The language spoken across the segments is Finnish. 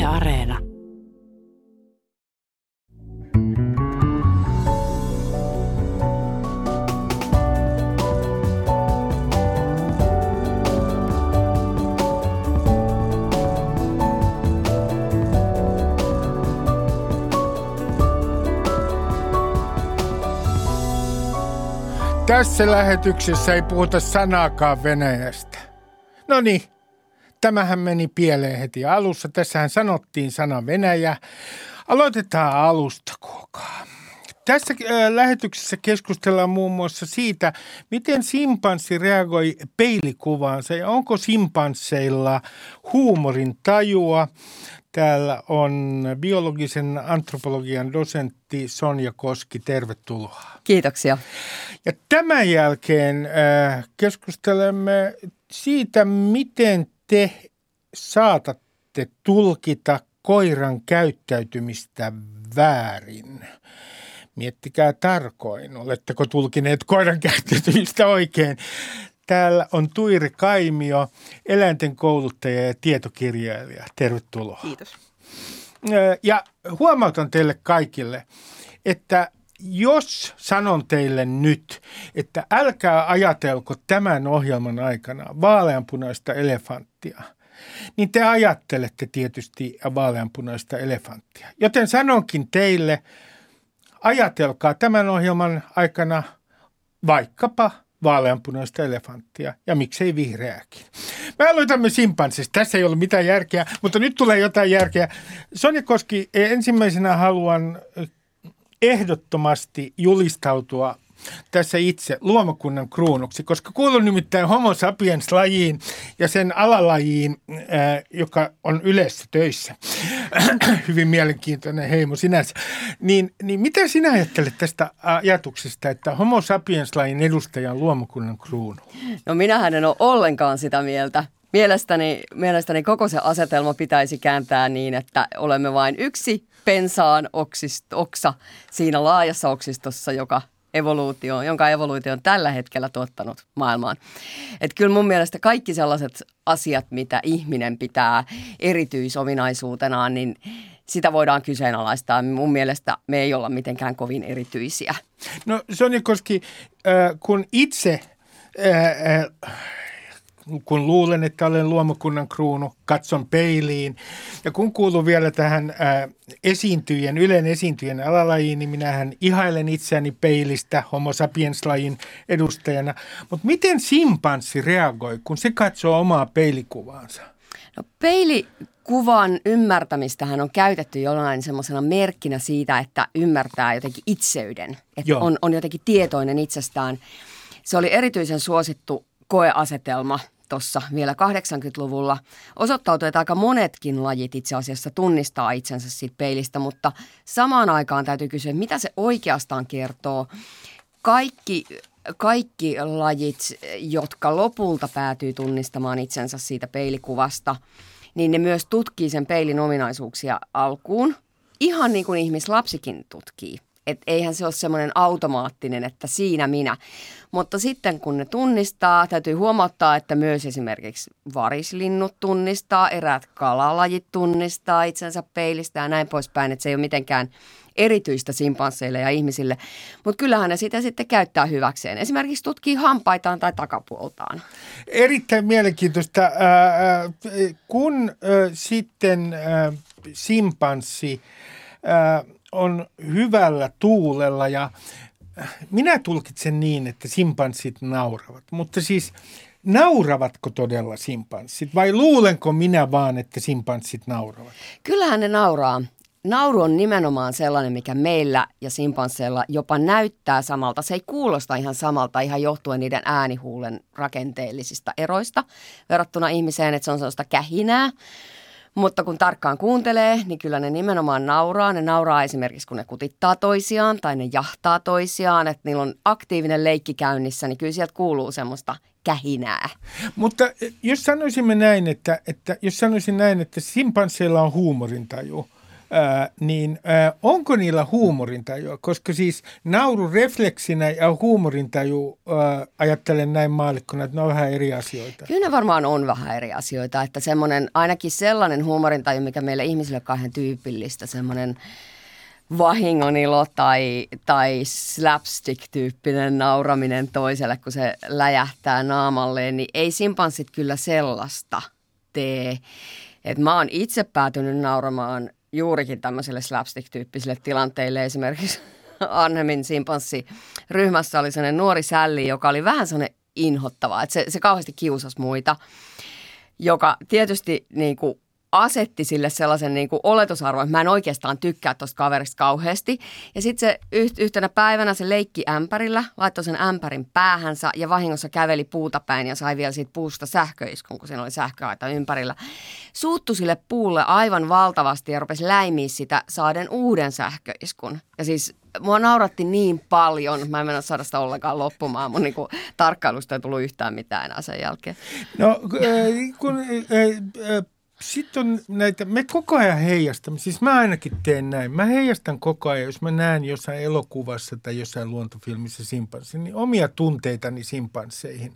Areena. Tässä lähetyksessä ei puhuta sanaakaan Venäjästä. No niin, tämähän meni pieleen heti alussa. Tässähän sanottiin sana Venäjä. Aloitetaan alusta, kuulkaa. Tässä lähetyksessä keskustellaan muun muassa siitä, miten simpanssi reagoi peilikuvaansa ja onko simpansseilla huumorin tajua. Täällä on biologisen antropologian dosentti Sonja Koski. Tervetuloa. Kiitoksia. Ja tämän jälkeen keskustelemme siitä, miten te saatatte tulkita koiran käyttäytymistä väärin. Miettikää tarkoin, oletteko tulkineet koiran käyttäytymistä oikein. Täällä on Tuiri Kaimio, eläinten kouluttaja ja tietokirjailija. Tervetuloa. Kiitos. Ja huomautan teille kaikille, että jos sanon teille nyt, että älkää ajatelko tämän ohjelman aikana vaaleanpunaista elefanttia, niin te ajattelette tietysti vaaleanpunaista elefanttia. Joten sanonkin teille, ajatelkaa tämän ohjelman aikana vaikkapa vaaleanpunaista elefanttia ja miksei vihreääkin. Me aloitamme simpanssista. Tässä ei ollut mitään järkeä, mutta nyt tulee jotain järkeä. Sonja Koski, ensimmäisenä haluan ehdottomasti julistautua tässä itse luomakunnan kruunuksi, koska kuulun nimittäin Homo sapiens-lajiin ja sen alalajiin, joka on yleensä töissä. Hyvin mielenkiintoinen heimo sinänsä. Niin mitä sinä ajattelet tästä ajatuksesta, että Homo sapiens-lajin edustaja on luomakunnan kruunu? No minähän en ole ollenkaan sitä mieltä. Mielestäni koko se asetelma pitäisi kääntää niin, että olemme vain yksi pensaan oksa siinä laajassa oksistossa, jonka evoluutio on tällä hetkellä tuottanut maailmaan. Että kyllä mun mielestä kaikki sellaiset asiat, mitä ihminen pitää erityisominaisuutenaan, niin sitä voidaan kyseenalaistaa. Mun mielestä me ei olla mitenkään kovin erityisiä. No Sonja Koski, kun itse... kun luulen, että olen luomakunnan kruunu, katson peiliin. Ja kun kuulun vielä tähän Ylen esiintyjien alalajiin, niin minähän ihailen itseäni peilistä Homo sapiens-lajin edustajana. Mutta miten simpanssi reagoi, kun se katsoo omaa peilikuvaansa? No peilikuvan ymmärtämistähän on käytetty jollain semmoisena merkkinä siitä, että ymmärtää jotenkin itseyden. Että on jotenkin tietoinen itsestään. Se oli erityisen suosittu koeasetelma tuossa vielä 80-luvulla. Osoittautui, että aika monetkin lajit itse asiassa tunnistaa itsensä siitä peilistä, mutta samaan aikaan täytyy kysyä, mitä se oikeastaan kertoo. Kaikki lajit, jotka lopulta päätyy tunnistamaan itsensä siitä peilikuvasta, niin ne myös tutkii sen peilin ominaisuuksia alkuun, ihan niin kuin ihmislapsikin tutkii. Että eihän se ole semmoinen automaattinen, että siinä minä. Mutta sitten kun ne tunnistaa, täytyy huomauttaa, että myös esimerkiksi varislinnut tunnistaa, eräät kalalajit tunnistaa itsensä peilistä ja näin poispäin. Että se ei ole mitenkään erityistä simpansseille ja ihmisille. Mutta kyllähän ne sitä sitten käyttää hyväkseen. Esimerkiksi tutkii hampaitaan tai takapuoltaan. Erittäin mielenkiintoista. Kun sitten simpanssi on hyvällä tuulella ja minä tulkitsen niin, että simpanssit nauravat, mutta siis nauravatko todella simpanssit vai luulenko minä vaan, että simpanssit nauravat? Kyllähän ne nauraa. Nauru on nimenomaan sellainen, mikä meillä ja simpansseilla jopa näyttää samalta. Se ei kuulosta ihan samalta ihan johtuen niiden äänihuulen rakenteellisista eroista verrattuna ihmiseen, että se on sellaista kähinää. Mutta kun tarkkaan kuuntelee, niin kyllä ne nimenomaan nauraa. Ne nauraa esimerkiksi, kun ne kutittaa toisiaan tai ne jahtaa toisiaan. Että niillä on aktiivinen leikki käynnissä, niin kyllä sieltä kuuluu semmoista kähinää. Mutta jos sanoisimme näin, että simpansseilla on huumorintaju, onko niillä huumorintajua? Koska siis nauru refleksinä ja huumorintaju, ajattelen näin maallikkona, että ne on vähän eri asioita. Kyllä ne varmaan on vähän eri asioita, että semmoinen, ainakin sellainen huumorintaju, mikä meille ihmisille kauhean tyypillistä, semmoinen vahingonilo tai slapstick-tyyppinen nauraminen toiselle, kun se läjähtää naamalleen, niin ei simpanssit kyllä sellaista tee. Et mä oon itse päätynyt nauramaan juurikin tämmöisille slapstick-tyyppisille tilanteille. Esimerkiksi Arnhemin simpanssiryhmässä oli sellainen nuori sälli, joka oli vähän sellainen inhottava, että se kauheasti kiusasi muita, joka tietysti niin kuin asetti sille sellaisen niin kuin oletusarvon, että mä en oikeastaan tykkää tuosta kaverista kauheasti. Ja sitten se yhtenä päivänä se leikki ämpärillä, laittoi sen ämpärin päähänsä ja vahingossa käveli puuta päin ja sai vielä siitä puusta sähköiskun, kun siinä oli sähköaita ympärillä. Suuttui sille puulle aivan valtavasti ja rupesi läimiä sitä saaden uuden sähköiskun. Ja siis mua nauratti niin paljon, mä en mennä saada sitä ollenkaan loppumaan. Mun niinku tarkkailusta ei tullut yhtään mitään enää sen jälkeen. No sitten on näitä, me koko ajan heijastamme, siis mä ainakin teen näin. Mä heijastan koko ajan, jos mä näen jossain elokuvassa tai jossain luontofilmissä simpanssin, niin omia tunteitani simpansseihin.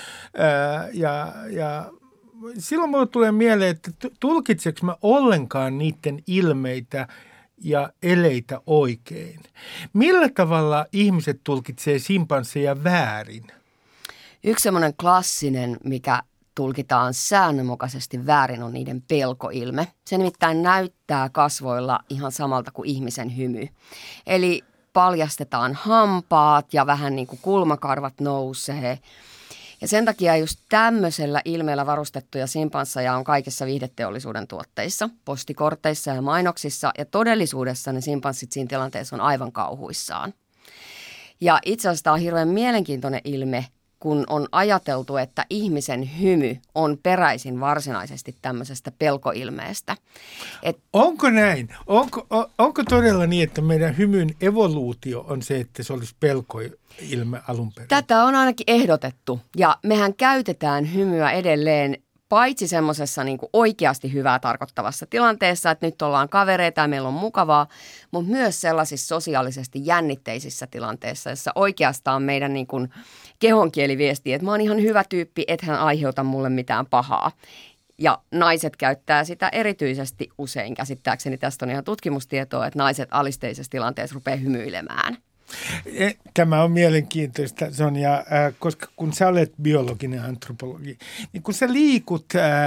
Ja silloin mulle tulee mieleen, että tulkitseeko mä ollenkaan niiden ilmeitä ja eleitä oikein. Millä tavalla ihmiset tulkitsee simpansseja väärin? Yksi semmoinen klassinen, mikä tulkitaan säännönmukaisesti väärin, on niiden pelkoilme. Se nimittäin näyttää kasvoilla ihan samalta kuin ihmisen hymy. Eli paljastetaan hampaat ja vähän niin kuin kulmakarvat nousee. Ja sen takia just tämmöisellä ilmeellä varustettuja simpansseja on kaikissa viihdeteollisuuden tuotteissa, postikorteissa ja mainoksissa. Ja todellisuudessa ne simpanssit siinä tilanteessa on aivan kauhuissaan. Ja itse asiassa tämä on hirveän mielenkiintoinen ilme, kun on ajateltu, että ihmisen hymy on peräisin varsinaisesti tämmöisestä pelkoilmeestä. Onko näin? Onko todella niin, että meidän hymyn evoluutio on se, että se olisi pelkoilme alun perin? Tätä on ainakin ehdotettu ja mehän käytetään hymyä edelleen paitsi semmoisessa niin kuin oikeasti hyvää tarkoittavassa tilanteessa, että nyt ollaan kavereita ja meillä on mukavaa, mutta myös sellaisissa sosiaalisesti jännitteisissä tilanteissa, jossa oikeastaan meidän niin kuin kehonkieli viestii, että mä oon ihan hyvä tyyppi, ethän aiheuta mulle mitään pahaa. Ja naiset käyttää sitä erityisesti usein, käsittääkseni tästä on ihan tutkimustietoa, että naiset alisteisessa tilanteessa rupeaa hymyilemään. Tämä on mielenkiintoista, Sonja, koska kun sä olet biologinen antropologi, niin kun sä liikut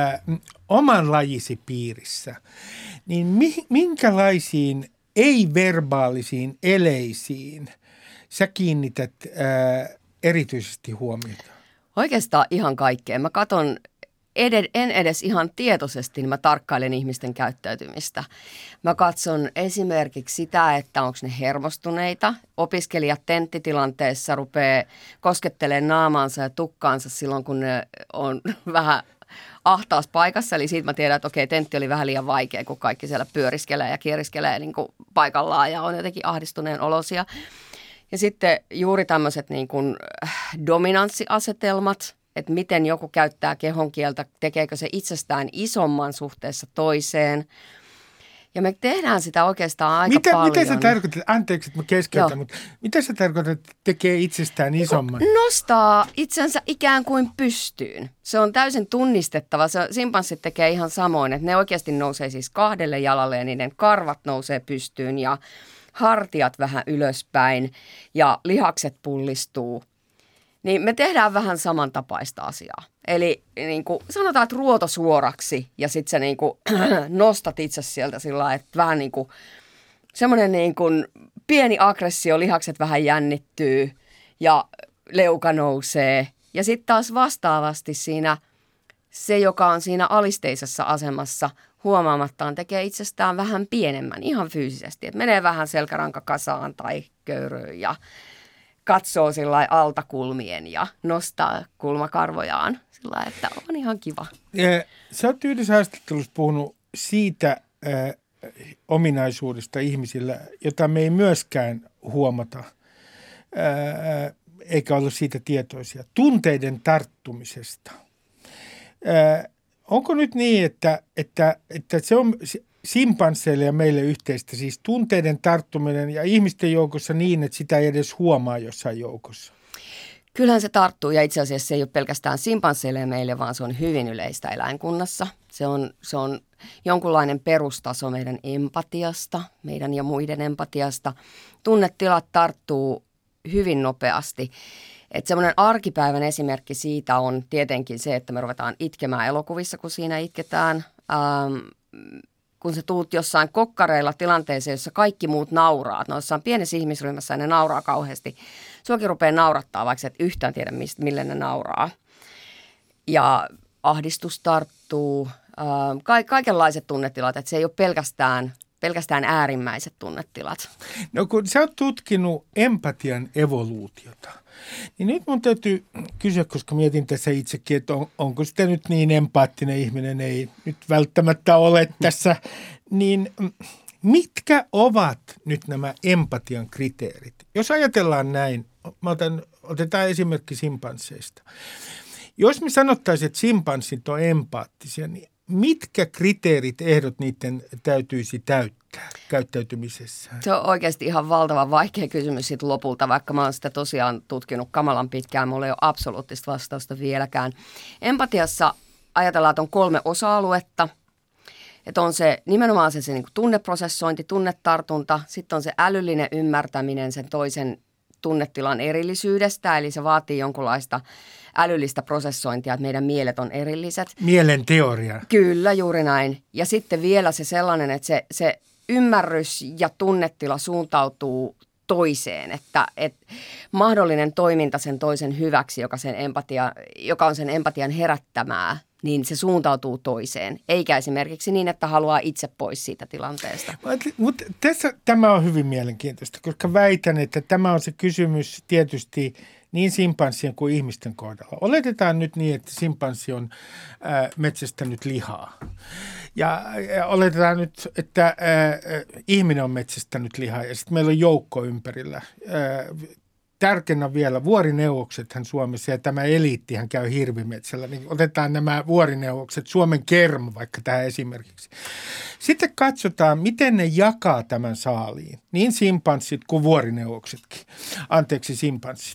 oman lajisi piirissä, niin minkälaisiin ei-verbaalisiin eleisiin sä kiinnität erityisesti huomiota? Oikeastaan ihan kaikkeen. Mä katson en edes ihan tietoisesti, niin mä tarkkailen ihmisten käyttäytymistä. Mä katson esimerkiksi sitä, että onko ne hermostuneita. Opiskelijat tenttitilanteessa rupeaa koskettelemaan naamaansa ja tukkaansa silloin, kun ne on vähän ahtaassa paikassa. Eli siitä mä tiedän, että okei, tentti oli vähän liian vaikea, kun kaikki siellä pyöriskelee ja kieriskelee niin kuin paikallaan ja on jotenkin ahdistuneen olosia. Ja sitten juuri tämmöiset niin kuin dominanssiasetelmat, että miten joku käyttää kehonkieltä, tekeekö se itsestään isomman suhteessa toiseen. Ja me tehdään sitä oikeastaan aika paljon. Mitä sä tarkoitat, anteeksi, että mä keskeytän, mutta mitä sä tarkoitat, että tekee itsestään isomman? Nostaa itsensä ikään kuin pystyyn. Se on täysin tunnistettava. Simpanssit tekee ihan samoin, että ne oikeasti nousee siis kahdelle jalalle ja niiden karvat nousee pystyyn ja hartiat vähän ylöspäin ja lihakset pullistuu. Niin me tehdään vähän samantapaista asiaa. Eli niin kuin sanotaan, että ruoto suoraksi ja sitten sä niin kuin nostat itse sieltä sillä lailla, että vähän niin kuin semmoinen niin kuin pieni aggressio, lihakset vähän jännittyy ja leuka nousee. Ja sitten taas vastaavasti siinä se, joka on siinä alisteisessa asemassa huomaamattaan, tekee itsestään vähän pienemmän ihan fyysisesti. Että menee vähän selkäranka kasaan tai köyryyn ja katsoo sillä altakulmien ja nostaa kulmakarvojaan sillä että on ihan kiva. Sä oot yhdessä haastattelussa puhunut siitä ominaisuudesta ihmisillä, jota me ei myöskään huomata, eikä olla siitä tietoisia. Tunteiden tarttumisesta. Onko nyt niin, että se on simpansseille ja meille yhteistä, siis tunteiden tarttuminen ja ihmisten joukossa niin, että sitä ei edes huomaa jossain joukossa? Kyllähän se tarttuu ja itse asiassa se ei ole pelkästään simpansseille ja meille, vaan se on hyvin yleistä eläinkunnassa. Se on jonkunlainen perustaso meidän empatiasta, meidän ja muiden empatiasta. Tunnetilat tarttuu hyvin nopeasti. Että semmoinen arkipäivän esimerkki siitä on tietenkin se, että me ruvetaan itkemään elokuvissa, kun siinä itketään. Kun sä tuut jossain kokkareilla tilanteeseen, jossa kaikki muut nauraa. No jossain pienessä ihmisryhmässä ja ne nauraa kauheasti. Suokin rupeaa naurattaa, vaikka et yhtään tiedä, mille ne nauraa. Ja ahdistus tarttuu. Kaikenlaiset tunnetilat, että se ei ole pelkästään äärimmäiset tunnetilat. No kun sä oot tutkinut empatian evoluutiota, niin nyt mun täytyy kysyä, koska mietin tässä itsekin, että onko sitä nyt niin empaattinen ihminen, ei nyt välttämättä ole tässä, niin mitkä ovat nyt nämä empatian kriteerit? Jos ajatellaan näin, otetaan esimerkki simpansseista. Jos me sanottaisiin, että simpanssit on empaattisia, niin mitkä kriteerit, ehdot niiden täytyisi täyttää käyttäytymisessä? Se on oikeasti ihan valtavan vaikea kysymys siitä lopulta, vaikka mä oon sitä tosiaan tutkinut kamalan pitkään. Mulla ei ole absoluuttista vastausta vieläkään. Empatiassa ajatellaan, että on 3 osa-aluetta. Että on se nimenomaan se niin kuin tunneprosessointi, tunnetartunta, sitten on se älyllinen ymmärtäminen sen toisen tunnetilan erillisyydestä, eli se vaatii jonkunlaista älyllistä prosessointia, että meidän mielet on erilliset. Mielen teoria. Kyllä, juuri näin. Ja sitten vielä se sellainen, että se ymmärrys ja tunnetila suuntautuu toiseen, että mahdollinen toiminta sen toisen hyväksi, joka on sen empatian herättämää, niin se suuntautuu toiseen, eikä esimerkiksi niin, että haluaa itse pois siitä tilanteesta. Mutta tämä on hyvin mielenkiintoista, koska väitän, että tämä on se kysymys tietysti niin simpanssien kuin ihmisten kohdalla. Oletetaan nyt niin, että simpanssi on metsästänyt lihaa. Ja oletetaan nyt, että ihminen on metsästänyt lihaa ja sitten meillä on joukko ympärillä. Tärkeänä vielä vuorineuvoksethan Suomessa ja tämä eliittihän käy hirvimetsällä. Niin otetaan nämä vuorineuvokset, Suomen kerma vaikka tähän esimerkiksi. Sitten katsotaan, miten ne jakaa tämän saaliin. Niin simpanssit kuin vuorineuvoksetkin. Anteeksi, simpanssit.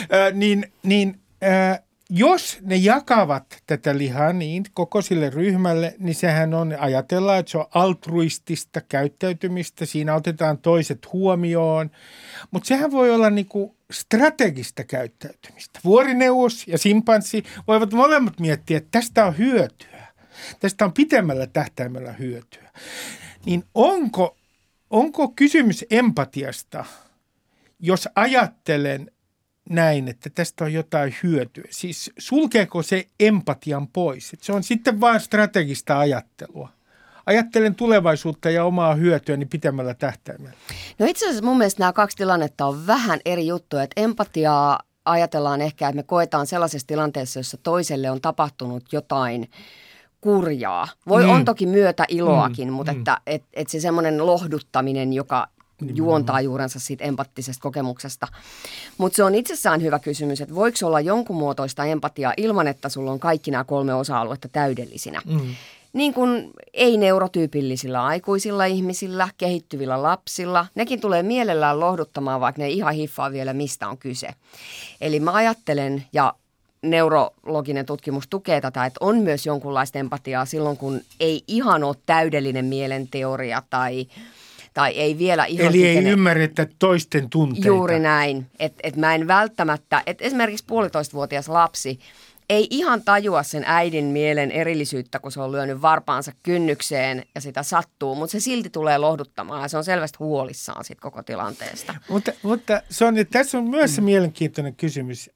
Jos ne jakavat tätä lihaa niin koko sille ryhmälle, niin sehän on, ajatellaan, että se on altruistista käyttäytymistä. Siinä otetaan toiset huomioon, mutta sehän voi olla niinku strategista käyttäytymistä. Vuorineuvos ja simpanssi voivat molemmat miettiä, että tästä on hyötyä. Tästä on pitemmällä tähtäimellä hyötyä. Niin onko kysymys empatiasta, jos ajattelen näin, että tästä on jotain hyötyä? Siis sulkeeko se empatian pois? Että se on sitten vain strategista ajattelua. Ajattelen tulevaisuutta ja omaa hyötyäni pitemmällä tähtäimellä. No itse asiassa mun mielestä nämä 2 tilannetta on vähän eri juttuja. Että empatiaa ajatellaan ehkä, että me koetaan sellaisessa tilanteessa, jossa toiselle on tapahtunut jotain kurjaa. On toki myötä iloakin, mutta että se semmoinen lohduttaminen, joka juontaa juurensa siitä empaattisesta kokemuksesta. Mutta se on itsessään hyvä kysymys, että voiko olla jonkun muotoista empatiaa ilman, että sulla on kaikki nämä 3 osa-aluetta täydellisinä. Niin kuin ei-neurotyypillisillä aikuisilla ihmisillä, kehittyvillä lapsilla. Nekin tulee mielellään lohduttamaan, vaikka ne ei ihan hiffaa vielä, mistä on kyse. Eli mä ajattelen, ja neurologinen tutkimus tukee tätä, että on myös jonkunlaista empatiaa silloin, kun ei ihan ole täydellinen mielenteoria tai ei vielä ihan eli ei ymmärretä toisten tunteita. Juuri näin. Että mä en välttämättä, että esimerkiksi 1,5-vuotias lapsi ei ihan tajua sen äidin mielen erillisyyttä, kun se on lyönyt varpaansa kynnykseen ja sitä sattuu, mutta se silti tulee lohduttamaan ja se on selvästi huolissaan siitä koko tilanteesta. Mutta Sonja, tässä on myös se mielenkiintoinen kysymys.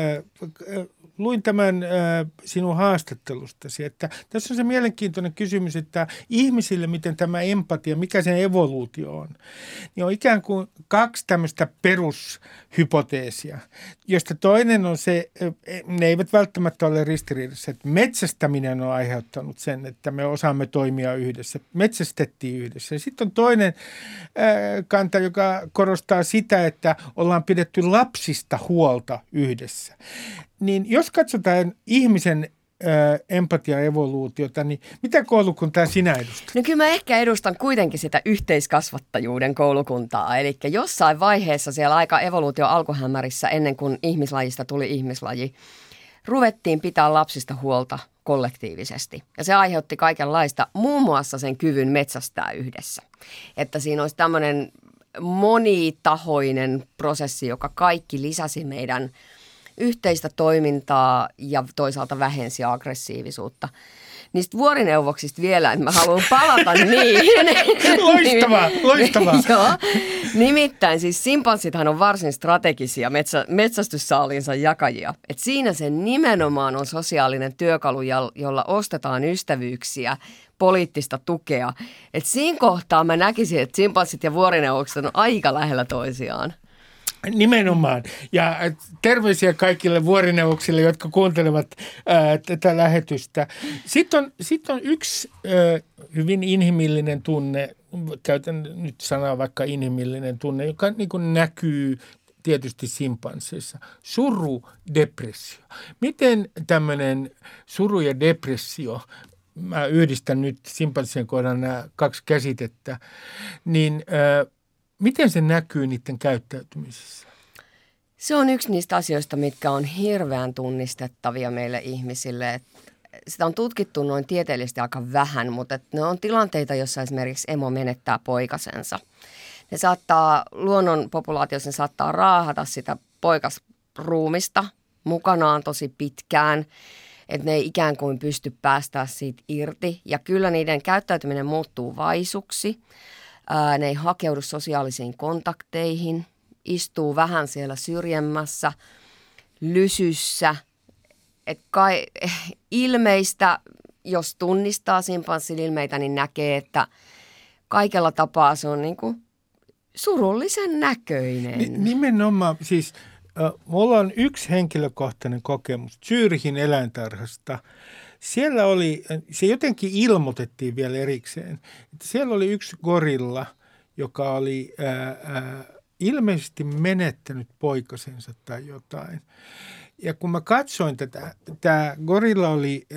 Luin tämän sinun haastattelustasi, että tässä on se mielenkiintoinen kysymys, että ihmisille, miten tämä empatia, mikä sen evoluutio on, niin on ikään kuin 2 tämmöistä perushypoteesia, josta toinen on se, ne eivät välttämättä ole ristiriidassa, että metsästäminen on aiheuttanut sen, että me osaamme toimia yhdessä, metsästettiin yhdessä. Ja sitten on toinen kanta, joka korostaa sitä, että ollaan pidetty lapsista huolta yhdessä. Niin jos katsotaan ihmisen empatia-evoluutiota, niin mitä koulukuntaa sinä edustat? No kyllä mä ehkä edustan kuitenkin sitä yhteiskasvattajuuden koulukuntaa. Eli jossain vaiheessa siellä aika evoluutio alkuhämärissä, ennen kuin ihmislajista tuli ihmislaji, ruvettiin pitää lapsista huolta kollektiivisesti. Ja se aiheutti kaikenlaista, muun muassa sen kyvyn metsästää yhdessä. Että siinä olisi tämmöinen monitahoinen prosessi, joka kaikki lisäsi meidän yhteistä toimintaa ja toisaalta vähensi aggressiivisuutta. Niistä vuorineuvoksista vielä, että mä haluan palata niihin. Loistavaa. Joo. Nimittäin siis simpanssithan on varsin strategisia metsästyssaaliinsa jakajia. Et siinä se nimenomaan on sosiaalinen työkalu, jolla ostetaan ystävyyksiä, poliittista tukea. Et siinä kohtaa mä näkisin, että simpanssit ja vuorineuvokset on aika lähellä toisiaan. Nimenomaan. Ja terveisiä kaikille vuorineuvoksille, jotka kuuntelevat tätä lähetystä. Sitten on yksi hyvin inhimillinen tunne, käytän nyt sanaa vaikka inhimillinen tunne, joka niin kuin näkyy tietysti simpansseissa. Suru, depressio. Miten tämmöinen suru ja depressio, mä yhdistän nyt simpanssien kohdalla nämä kaksi käsitettä, niin miten se näkyy niiden käyttäytymisessä? Se on yksi niistä asioista, mitkä on hirveän tunnistettavia meille ihmisille. Sitä on tutkittu noin tieteellisesti aika vähän, mutta ne on tilanteita, joissa esimerkiksi emo menettää poikasensa. Ne saattaa, luonnon populaatiossa ne saattaa raahata sitä poikasruumista mukanaan tosi pitkään, että ne ei ikään kuin pysty päästää siitä irti. Ja kyllä niiden käyttäytyminen muuttuu vaisuksi. Ne ei hakeudu sosiaalisiin kontakteihin, istuu vähän siellä syrjemmässä, lysyssä. Ilmeistä, jos tunnistaa simpanssin ilmeitä, niin näkee, että kaikella tapaa se on niin kuin surullisen näköinen. Nimenomaan, siis mulla on yksi henkilökohtainen kokemus Zürihin eläintarhasta. Siellä se jotenkin ilmoitettiin vielä erikseen, että siellä oli yksi gorilla, joka oli ilmeisesti menettänyt poikasensa tai jotain. Ja kun mä katsoin tätä, tämä gorilla oli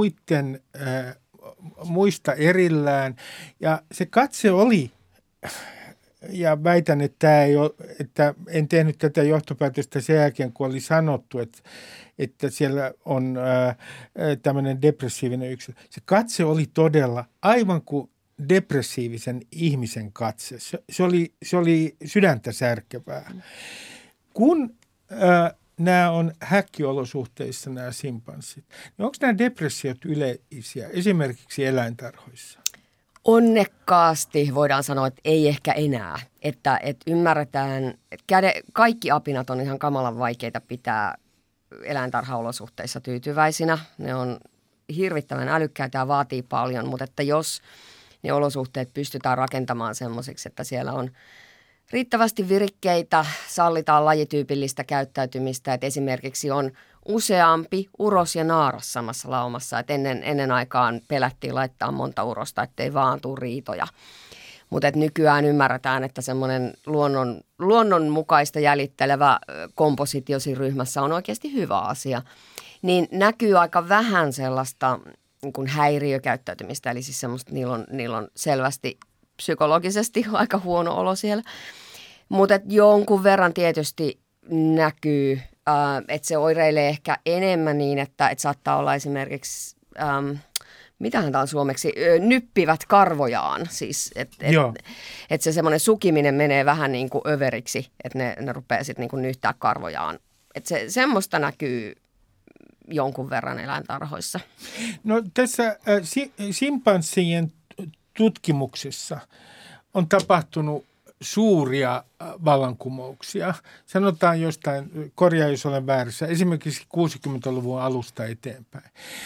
muista erillään ja se katse oli, ja väitän, että en tehnyt tätä johtopäätöstä sen jälkeen, kun oli sanottu, että siellä on tämmöinen depressiivinen yksilö. Se katse oli todella aivan kuin depressiivisen ihmisen katse. Se oli sydäntä särkevää. Kun nämä on häkkiolosuhteissa nämä simpanssit, niin onko nämä depressiot yleisiä esimerkiksi eläintarhoissa? Onnekkaasti voidaan sanoa, että ei ehkä enää. Että ymmärretään, että kaikki apinat on ihan kamalan vaikeita pitää eläintarhaolosuhteissa tyytyväisinä. Ne on hirvittävän älykkäitä ja vaatii paljon, mutta että jos ne olosuhteet pystytään rakentamaan semmoisiksi, että siellä on riittävästi virikkeitä, sallitaan lajityypillistä käyttäytymistä, että esimerkiksi on useampi uros ja naaras samassa laumassa, että ennen aikaan pelättiin laittaa monta urosta, ettei vaan tule riitoja. Mutta nykyään ymmärretään, että semmoinen luonnonmukaista jäljittelevä kompositio siinä ryhmässä on oikeasti hyvä asia. Niin näkyy aika vähän sellaista niin kuin häiriökäyttäytymistä, eli siis semmoista, niillä on selvästi psykologisesti aika huono olo siellä. Mutta jonkun verran tietysti näkyy, että se oireilee ehkä enemmän niin, että saattaa olla esimerkiksi, mitähän tämä on suomeksi, nyppivät karvojaan. Siis, että se semmoinen sukiminen menee vähän niin kuin överiksi, että ne rupeaa sitten niin kuin nyhtää karvojaan. Että semmoista näkyy jonkun verran eläintarhoissa. No tässä simpanssien tutkimuksessa on tapahtunut suuria vallankumouksia. Sanotaan jostain, korjaa jos olen väärässä, esimerkiksi 60-luvun alusta eteenpäin.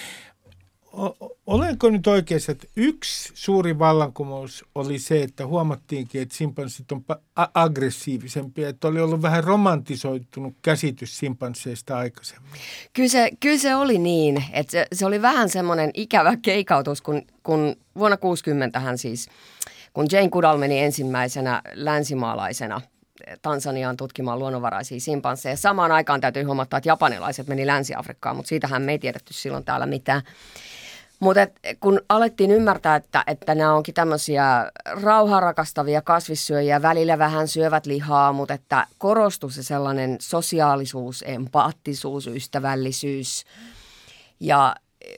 Olenko nyt oikeassa, että yksi suuri vallankumous oli se, että huomattiinkin, että simpanssit on aggressiivisempia, että oli ollut vähän romantisoitunut käsitys simpansseista aikaisemmin? Kyllä se oli niin, että se oli vähän semmoinen ikävä keikautus, kun vuonna 60 hän siis, kun Jane Goodall meni ensimmäisenä länsimaalaisena Tansaniaan tutkimaan luonnonvaraisia simpansseja. Samaan aikaan täytyy huomata, että japanilaiset meni Länsi-Afrikkaan, mutta siitähän me ei tiedetty silloin täällä mitään. Mutta kun alettiin ymmärtää, että nämä onkin tämmöisiä rauhaa rakastavia kasvissyöjiä, välillä vähän syövät lihaa, mutta että korostui se sellainen sosiaalisuus, empaattisuus, ystävällisyys ja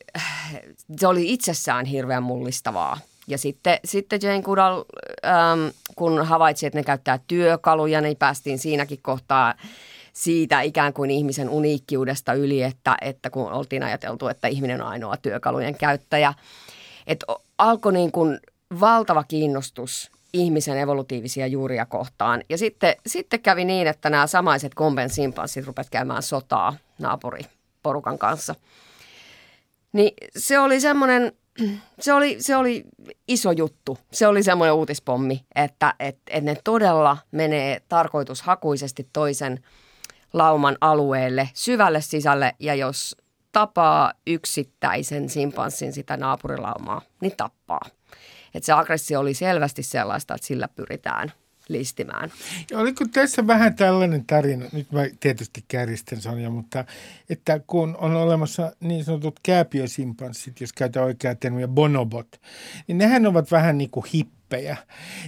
se oli itsessään hirveän mullistavaa. Ja sitten Jane Goodall, kun havaitsi, että ne käyttää työkaluja, niin päästiin siinäkin kohtaa siitä ikään kuin ihmisen uniikkiudesta yli, että kun oltiin ajateltu, että ihminen on ainoa työkalujen käyttäjä. Että alkoi niin kuin valtava kiinnostus ihmisen evolutiivisia juuria kohtaan. Ja sitten kävi niin, että nämä samaiset kompensimpanssit rupesivat käymään sotaa naapuriporukan kanssa. Niin se oli semmoinen, se oli iso juttu. Se oli semmoinen uutispommi, että ne todella menee tarkoitushakuisesti toisen lauman alueelle, syvälle sisälle, ja jos tapaa yksittäisen simpanssin sitä naapurilaumaa, niin tappaa. Että se aggressio oli selvästi sellaista, että sillä pyritään listimään. Ja oliko tässä vähän tällainen tarina, nyt mä tietysti kärjistän Sonja, mutta että kun on olemassa niin sanotut kääpiösimpanssit, jos käytetään oikeaa termiä bonobot, niin nehän ovat vähän niin kuin hippejä.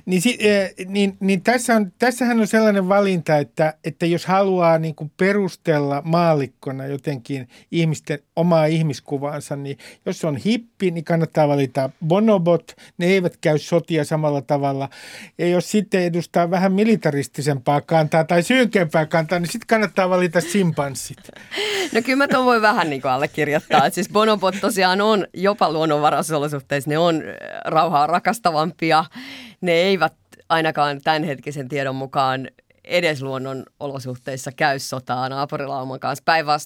Niin tässähän on sellainen valinta, että jos haluaa niin kuin perustella maallikkona jotenkin ihmisten omaa ihmiskuvaansa, niin jos on hippi, niin kannattaa valita bonobot. Ne eivät käy sotia samalla tavalla. Ja jos sitten edustaa vähän militaristisempaa kantaa tai synkempää kantaa, niin sitten kannattaa valita simpanssit. No kyllä mä tuon voi vähän niin kuin allekirjoittaa. Että siis bonobot tosiaan on jopa luonnonvaraisolosuhteissa, ne on rauhaa rakastavampia. Ne eivät ainakaan tämänhetkisen tiedon mukaan edes luonnon olosuhteissa käy sotaa naapurilauman kanssa.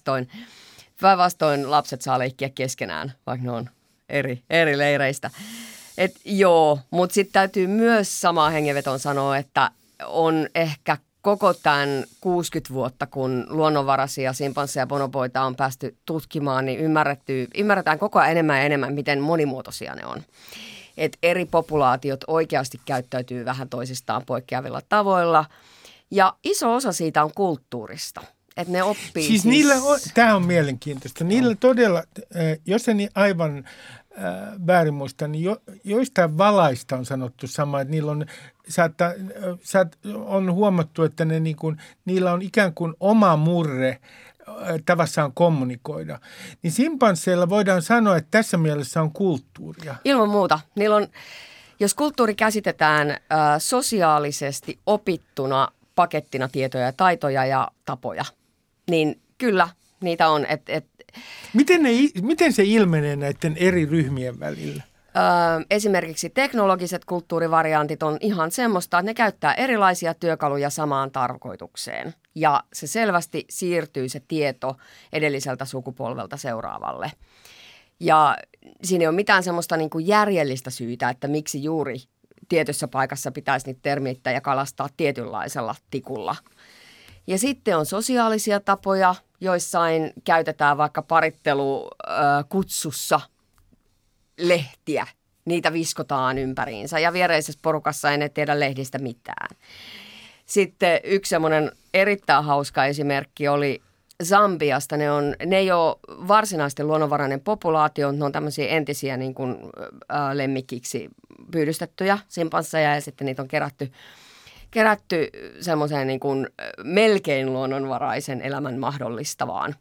Päinvastoin lapset saa leikkiä keskenään, vaikka ne on eri leireistä. Mutta sitten täytyy myös samaan hengenvetoon sanoa, että on ehkä koko tämän 60 vuotta, kun luonnonvaraisia simpansseja ja bonoboita on päästy tutkimaan, niin ymmärretään koko ajan enemmän ja enemmän, miten monimuotoisia ne on. Että eri populaatiot oikeasti käyttäytyy vähän toisistaan poikkeavilla tavoilla. Ja iso osa siitä on kulttuurista. Että ne oppii siis niillä tämä on mielenkiintoista. Niillä todella, jos en aivan väärin muista, niin joistain valaista on sanottu sama, että niillä on huomattu, että niillä on ikään kuin oma murre tavassaan kommunikoida. Niin simpansseilla voidaan sanoa, että tässä mielessä on kulttuuria. Ilman muuta. Niillä on, jos kulttuuri käsitetään sosiaalisesti opittuna pakettina tietoja ja taitoja ja tapoja, niin kyllä niitä on. Miten se ilmenee näiden eri ryhmien välillä? Esimerkiksi teknologiset kulttuurivariantit on ihan semmoista, että ne käyttää erilaisia työkaluja samaan tarkoitukseen. Ja se selvästi siirtyy se tieto edelliseltä sukupolvelta seuraavalle. Ja siinä ei ole mitään semmoista niin kuin järjellistä syytä, että miksi juuri tietyssä paikassa pitäisi niitä termiittää ja kalastaa tietynlaisella tikulla. Ja sitten on sosiaalisia tapoja, joissain käytetään vaikka parittelukutsussa lehtiä. Niitä viskotaan ympäriinsä ja viereisessä porukassa ei ne tiedä lehdistä mitään. Sitten yksi semmoinen erittäin hauska esimerkki oli Sambiasta. Ne ei ole varsinaisesti luonnonvarainen populaatio, ne on tämmöisiä entisiä niin kuin, lemmikiksi pyydystettyjä simpansseja ja sitten niitä on kerätty semmoiseen niin kuin melkein luonnonvaraisen elämän mahdollistavalle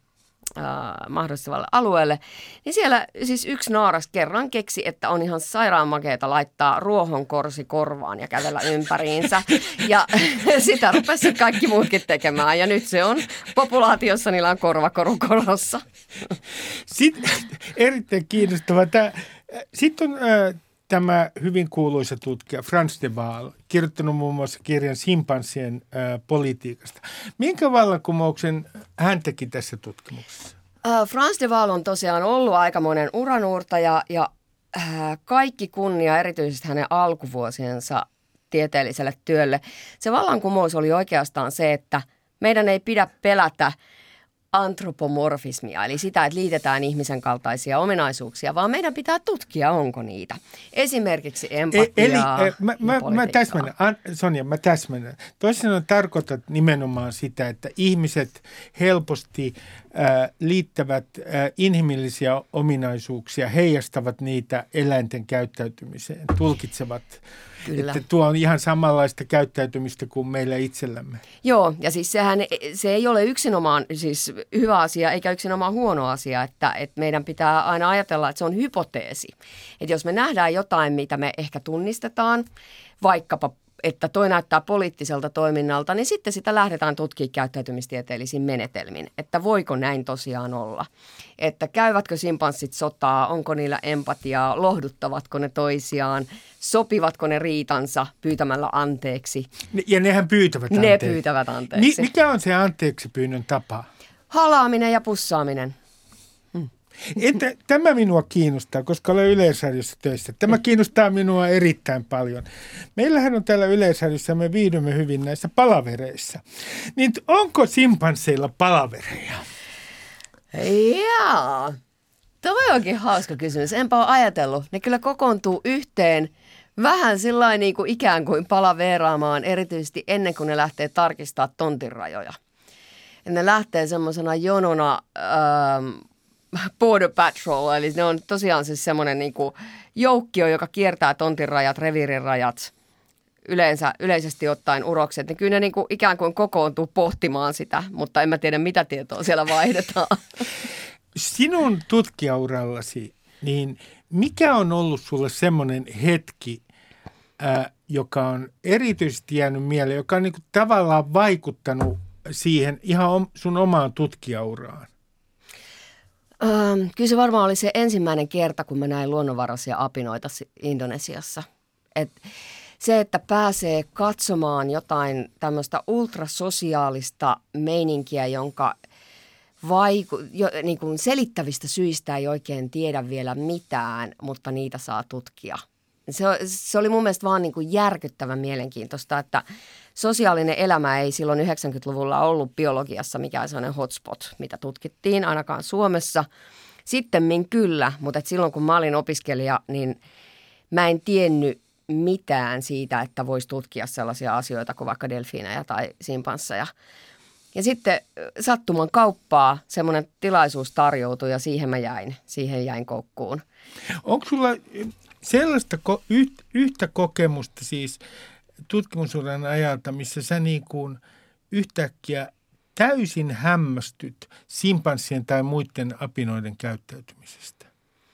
alueelle, niin siellä siis yksi naaras kerran keksi, että on ihan sairaan makeeta laittaa ruohonkorsi korvaan ja kävellä ympäriinsä. Ja sitä rupesi kaikki muutkin tekemään. Ja nyt se on populaatiossa, niillä on korvakoru korossa. Sitten erittäin kiinnostavaa. Sitten on tämä hyvin kuuluisa tutkija Frans de Waal, kirjoittanut muun muassa kirjan simpanssien politiikasta. Minkä vallankumouksen hän teki tässä tutkimuksessa? Frans de Waal on tosiaan ollut aikamoinen uranuurtaja ja kaikki kunnia erityisesti hänen alkuvuosiensa tieteelliselle työlle. Se vallankumous oli oikeastaan se, että meidän ei pidä pelätä antropomorfismia, eli sitä, että liitetään ihmisen kaltaisia ominaisuuksia, vaan meidän pitää tutkia, onko niitä. Esimerkiksi empatiaa mä täsmennän, Sonja, mä täsmennän. Toisin sanoen tarkoitat nimenomaan sitä, että ihmiset helposti liittävät inhimillisiä ominaisuuksia, heijastavat niitä eläinten käyttäytymiseen, tulkitsevat. Kyllä. Että tuo on ihan samanlaista käyttäytymistä kuin meillä itsellämme. Joo, ja siis se ei ole yksinomaan siis hyvä asia eikä yksinomaan huono asia, että meidän pitää aina ajatella, että se on hypoteesi. Että jos me nähdään jotain, mitä me ehkä tunnistetaan, vaikkapa että toi näyttää poliittiselta toiminnalta, niin sitten sitä lähdetään tutkimaan käyttäytymistieteellisin menetelmin, että voiko näin tosiaan olla. Että käyvätkö simpanssit sotaa, onko niillä empatiaa, lohduttavatko ne toisiaan, sopivatko ne riitansa pyytämällä anteeksi. Ja nehän pyytävät anteeksi. Ne pyytävät anteeksi. Mikä on se anteeksi pyynnön tapa? Halaaminen ja pussaaminen. Että tämä minua kiinnostaa, koska olen Yleisradiossa töissä. Tämä kiinnostaa minua erittäin paljon. Meillähän on täällä Yleisradiossa, me viihdymme hyvin näissä palavereissa. Niin onko simpansseilla palavereja? Jaa, toi onkin hauska kysymys. Enpä ole ajatellut. Ne kyllä kokoontuu yhteen vähän sillain niin kuin ikään kuin palaveeraamaan, erityisesti ennen kuin ne lähtee tarkistaa tontin rajoja. Ja ne lähtee semmoisena jonona border patrol, eli ne on tosiaan siis semmoinen niin kuin joukkio, joka kiertää tontin rajat, reviirin rajat, yleisesti ottaen urokset. Niin kyllä ne niin kuin ikään kuin kokoontuu pohtimaan sitä, mutta en mä tiedä mitä tietoa siellä vaihdetaan. Sinun tutkijaurallasi, niin mikä on ollut sulle semmoinen hetki, joka on erityisesti jäänyt mieleen, joka on niin kuin tavallaan vaikuttanut siihen ihan sun omaan tutkijauraan? Kyllä se varmaan oli se ensimmäinen kerta, kun mä näin luonnonvaraisia apinoita Indonesiassa. Se, että pääsee katsomaan jotain tämmöistä ultrasosiaalista meininkiä, jonka niin kuin selittävistä syistä ei oikein tiedä vielä mitään, mutta niitä saa tutkia. Se oli mun mielestä vaan niin kuin järkyttävän mielenkiintoista, että sosiaalinen elämä ei silloin 90-luvulla ollut biologiassa mikään sellainen hotspot, mitä tutkittiin ainakaan Suomessa. Sittemmin kyllä, mutta silloin kun mä olin opiskelija, niin mä en tiennyt mitään siitä, että voisi tutkia sellaisia asioita kuin vaikka delfiinejä tai simpansseja. Ja sitten sattuman kauppaa semmoinen tilaisuus tarjoutui ja siihen jäin koukkuun. Onko sulla sellaista yhtä kokemusta siis tutkimusuran ajalta, missä sä niin kuin yhtäkkiä täysin hämmästyt simpanssien tai muiden apinoiden käyttäytymisestä?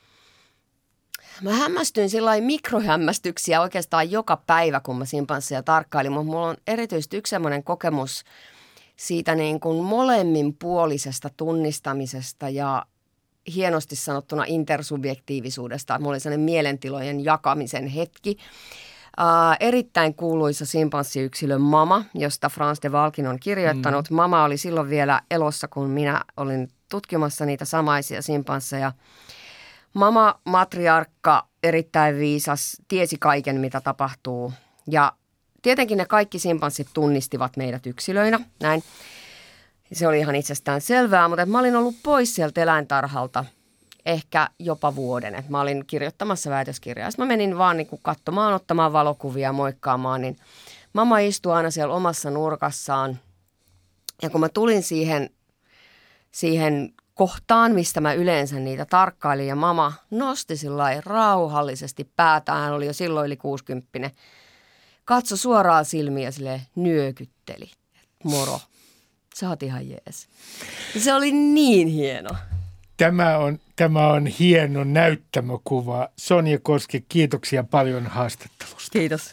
Mä hämmästyin sillain mikrohämmästyksiä oikeastaan joka päivä, kun mä simpansseja tarkkailin, mutta mulla on erityisesti yksi semmoinen kokemus siitä niin kuin molemminpuolisesta tunnistamisesta ja hienosti sanottuna intersubjektiivisuudesta. Mulla oli sellainen mielentilojen jakamisen hetki. Erittäin kuuluisa simpanssiyksilö Mama, josta France de Valkin on kirjoittanut. Mama oli silloin vielä elossa, kun minä olin tutkimassa niitä samaisia simpansseja. Mama, matriarkka, erittäin viisas, tiesi kaiken, mitä tapahtuu. Ja tietenkin ne kaikki simpanssit tunnistivat meidät yksilöinä, näin. Se oli ihan itsestään selvää, mutta mä olin ollut pois sieltä eläintarhalta ehkä jopa vuoden. Et mä olin kirjoittamassa väitöskirjaa. Sitten mä menin vaan niin kuin katsomaan, ottamaan valokuvia, moikkaamaan. Niin Mama istui aina siellä omassa nurkassaan. Ja kun mä tulin siihen kohtaan, mistä mä yleensä niitä tarkkailin, ja Mama nosti sillai rauhallisesti päätään. Hän oli jo silloin yli 60. Katso suoraan silmiä ja silleen nyökytteli. Moro. Sä oot ihan jees. Se oli niin hieno. Tämä on hieno näyttämökuva. Sonja Koski, kiitoksia paljon haastattelusta. Kiitos.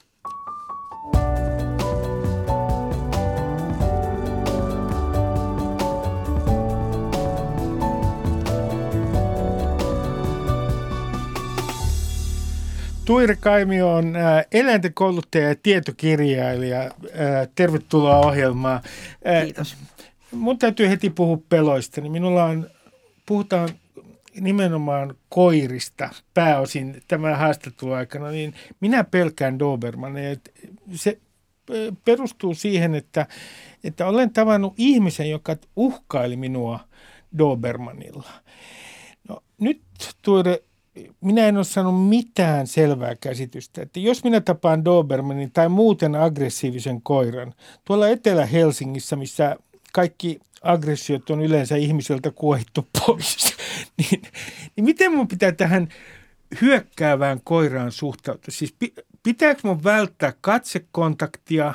Tuire Kaimio on eläinten kouluttaja ja tietokirjailija. Tervetuloa ohjelmaan. Kiitos. Mun täytyy heti puhua peloista. Niin puhutaan nimenomaan koirista pääosin tämän haastattelun aikana. Niin minä pelkään Dobermania. Se perustuu siihen, että olen tavannut ihmisen, joka uhkaili minua Dobermanilla. No nyt Tuire, minä en ole saanut mitään selvää käsitystä, että jos minä tapaan Dobermanin tai muuten aggressiivisen koiran tuolla Etelä-Helsingissä, missä kaikki aggressiot on yleensä ihmisiltä kuohittu pois, niin miten mun pitää tähän hyökkäävään koiraan suhtautua? Siis pitääkö mun välttää katsekontaktia?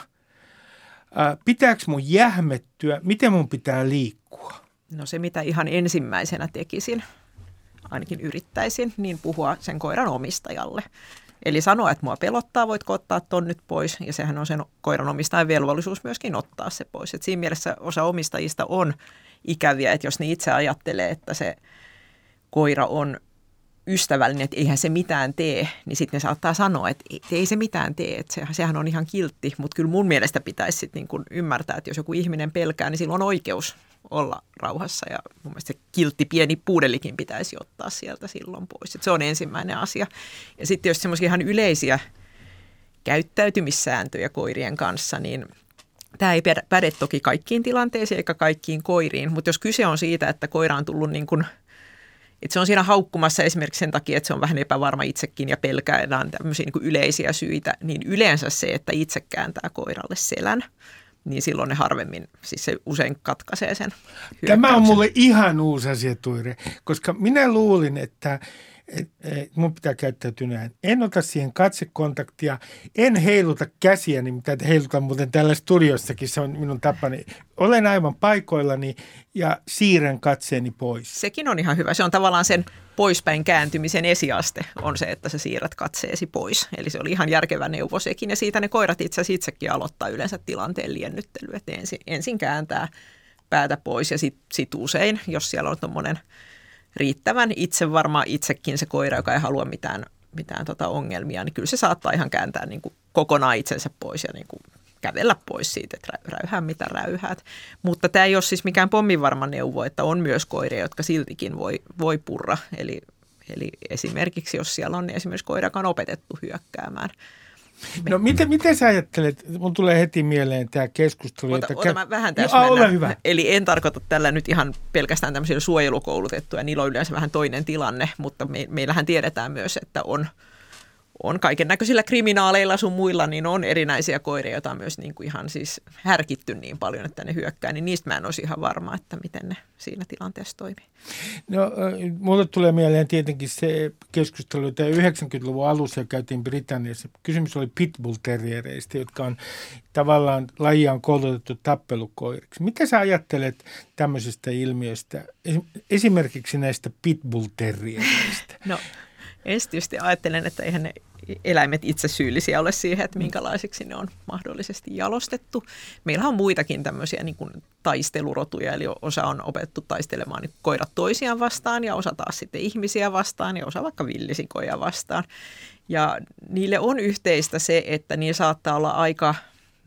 Pitääkö mun jähmettyä? Miten mun pitää liikkua? No se, mitä ihan ensimmäisenä tekisin, ainakin yrittäisin, niin puhua sen koiran omistajalle. Eli sanoa, että mua pelottaa, voitko ottaa ton nyt pois, ja sehän on sen koiran omistajan velvollisuus myöskin ottaa se pois. Et siinä mielessä osa omistajista on ikäviä, että jos ne itse ajattelee, että se koira on ystävällinen, että eihän se mitään tee, niin sitten ne saattaa sanoa, että ei se mitään tee, että sehän on ihan kiltti, mutta kyllä mun mielestä pitäisi sitten niin kuin ymmärtää, että jos joku ihminen pelkää, niin silloin on oikeus olla rauhassa ja mun mielestä se kiltti pieni puudelikin pitäisi ottaa sieltä silloin pois, että se on ensimmäinen asia. Ja sitten jos semmoisia ihan yleisiä käyttäytymissääntöjä koirien kanssa, niin tämä ei päde toki kaikkiin tilanteisiin eikä kaikkiin koiriin, mutta jos kyse on siitä, että koira on tullut niin kuin että se on siinä haukkumassa esimerkiksi sen takia, että se on vähän epävarma itsekin ja pelkää, että on tämmöisiä niin kuin yleisiä syitä, niin yleensä se, että itse kääntää koiralle selän, niin silloin ne harvemmin, siis se usein katkaisee sen hyökkäyksen. Tämä on mulle ihan uusi asia, Tuire, koska minä luulin, että mun pitää käyttäytyä näin. En ota siihen katsekontaktia, en heiluta käsiäni, mitä heilutan muuten täällä studiossakin, se on minun tapani. Olen aivan paikoillani ja siirrän katseeni pois. Sekin on ihan hyvä. Se on tavallaan sen poispäin kääntymisen esiaste on se, että sä siirrät katseesi pois. Eli se oli ihan järkevä neuvo sekin. Ja siitä ne koirat itsekin aloittaa yleensä tilanteen liennyttely. Että ensin kääntää päätä pois ja sit usein, jos siellä on tommoinen riittävän itsekin se koira, joka ei halua mitään ongelmia, niin kyllä se saattaa ihan kääntää niin kuin kokonaan itsensä pois ja niin kuin kävellä pois siitä, että räyhää mitä räyhäät. Mutta tämä ei ole siis mikään pomminvarma neuvo, että on myös koiria, jotka siltikin voi purra. Eli esimerkiksi, jos siellä on esimerkiksi koira, joka on opetettu hyökkäämään. No miten sä ajattelet, mun tulee heti mieleen tämä keskustelu. Ota mä vähän täsmennän. Ole hyvä. Eli en tarkoita tällä nyt ihan pelkästään tämmöisillä suojelukoulutettuja, niillä on yleensä vähän toinen tilanne, mutta meillähän tiedetään myös, että on kaiken näköisillä kriminaaleilla sun muilla, niin on erinäisiä koiria, joita on myös niin kuin ihan siis härkitty niin paljon, että ne hyökkää, niin niistä mä en olisi ihan varma, että miten ne siinä tilanteessa toimii. No mulle tulee mieleen tietenkin se keskustelu, jota 90-luvun alussa käytiin Britanniassa. Kysymys oli pitbull-terriereistä, jotka on tavallaan lajia on koulutettu tappelukoiriksi. Mitä sä ajattelet tämmöisestä ilmiöstä, esimerkiksi näistä pitbull-terriereistä? No tietysti ajattelen, että eihän ne eläimet itse syyllisiä ole siihen, että minkälaisiksi ne on mahdollisesti jalostettu. Meillä on muitakin tämmöisiä niin kuin taistelurotuja, eli osa on opetettu taistelemaan niin koirat toisiaan vastaan ja osa taas sitten ihmisiä vastaan ja osa vaikka villisikoja vastaan. Ja niille on yhteistä se, että niillä saattaa olla aika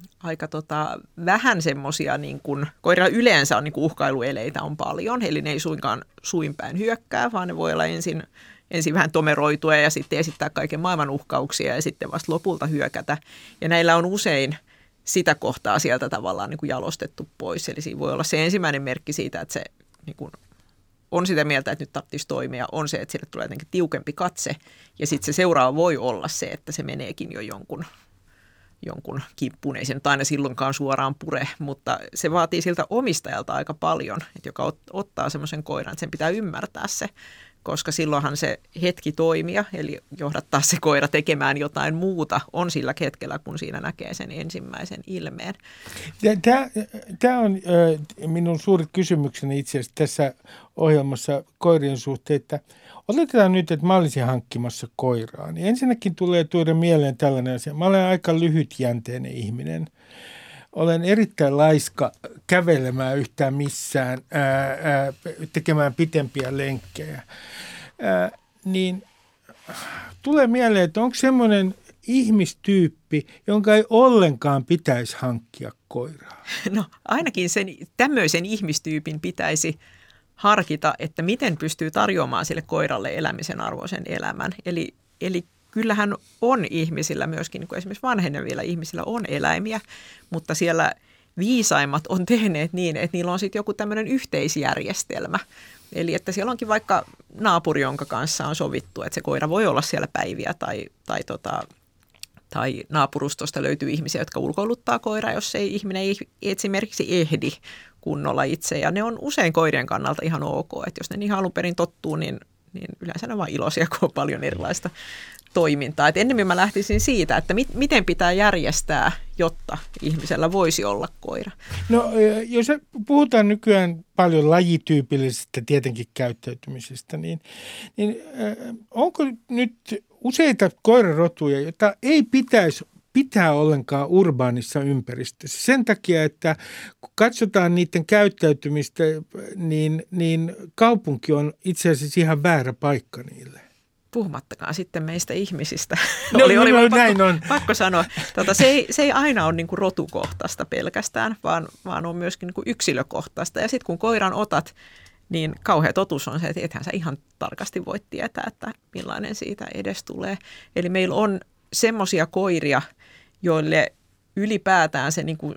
vähän semmoisia, niin kuin koirilla yleensä on niin kuin uhkailueleitä on paljon, eli ne ei suinkaan suinpäin hyökkää, vaan ne voi olla ensin vähän tomeroitua ja sitten esittää kaiken maailman uhkauksia ja sitten vasta lopulta hyökätä. Ja näillä on usein sitä kohtaa sieltä tavallaan niin kuin jalostettu pois. Eli siinä voi olla se ensimmäinen merkki siitä, että se niin kuin on sitä mieltä, että nyt tarvitsisi toimia, on se, että sille tulee jotenkin tiukempi katse. Ja sitten se seuraava voi olla se, että se meneekin jo jonkun kimppuun. Ei se nyt aina silloinkaan suoraan pure, mutta se vaatii siltä omistajalta aika paljon, että joka ottaa semmoisen koiran, että sen pitää ymmärtää se, koska silloinhan se hetki toimia, eli johdattaa se koira tekemään jotain muuta, on sillä hetkellä, kun siinä näkee sen ensimmäisen ilmeen. Tämä on minun suuri kysymykseni itse asiassa tässä ohjelmassa koirien suhteen, että otetaan nyt, että mä olisin hankkimassa koiraa. Niin ensinnäkin tulee tuoda mieleen tällainen asia. Mä olen aika lyhytjänteinen ihminen. Olen erittäin laiska kävelemään yhtään missään, tekemään pitempiä lenkkejä. Niin tulee mieleen, että onko semmoinen ihmistyyppi, jonka ei ollenkaan pitäisi hankkia koiraa? No ainakin tämmöisen ihmistyypin pitäisi harkita, että miten pystyy tarjoamaan sille koiralle elämisen arvoisen elämän. Eli kyllähän on ihmisillä myöskin, niin kuin esimerkiksi vanhenevilla ihmisillä on eläimiä, mutta siellä viisaimmat on tehneet niin, että niillä on sitten joku tämmöinen yhteisjärjestelmä. Eli että siellä onkin vaikka naapuri, jonka kanssa on sovittu, että se koira voi olla siellä päiviä tai naapurustosta löytyy ihmisiä, jotka ulkoiluttaa koiraa, jos ei ihminen ei esimerkiksi ehdi kunnolla itse. Ja ne on usein koirien kannalta ihan ok, että jos ne niin alun perin tottuu, niin yleensä ne on vaan iloisia, kun on paljon erilaista toimintaa. Et ennemmin mä lähtisin siitä, että miten pitää järjestää, jotta ihmisellä voisi olla koira. No jos puhutaan nykyään paljon lajityypillisestä tietenkin käyttäytymisestä, niin onko nyt useita koirarotuja, joita ei pitäisi pitää ollenkaan urbaanissa ympäristössä? Sen takia, että kun katsotaan niiden käyttäytymistä, niin kaupunki on itse asiassa ihan väärä paikka niille. Puhumattakaan sitten meistä ihmisistä. Näin on. Pakko sanoa. Se ei aina ole niin kuin rotukohtaista pelkästään, vaan on myöskin niin kuin yksilökohtaista. Ja sitten kun koiran otat, niin kauhea totuus on se, että ethän sä ihan tarkasti voi tietää, että millainen siitä edes tulee. Eli meillä on semmoisia koiria, joille ylipäätään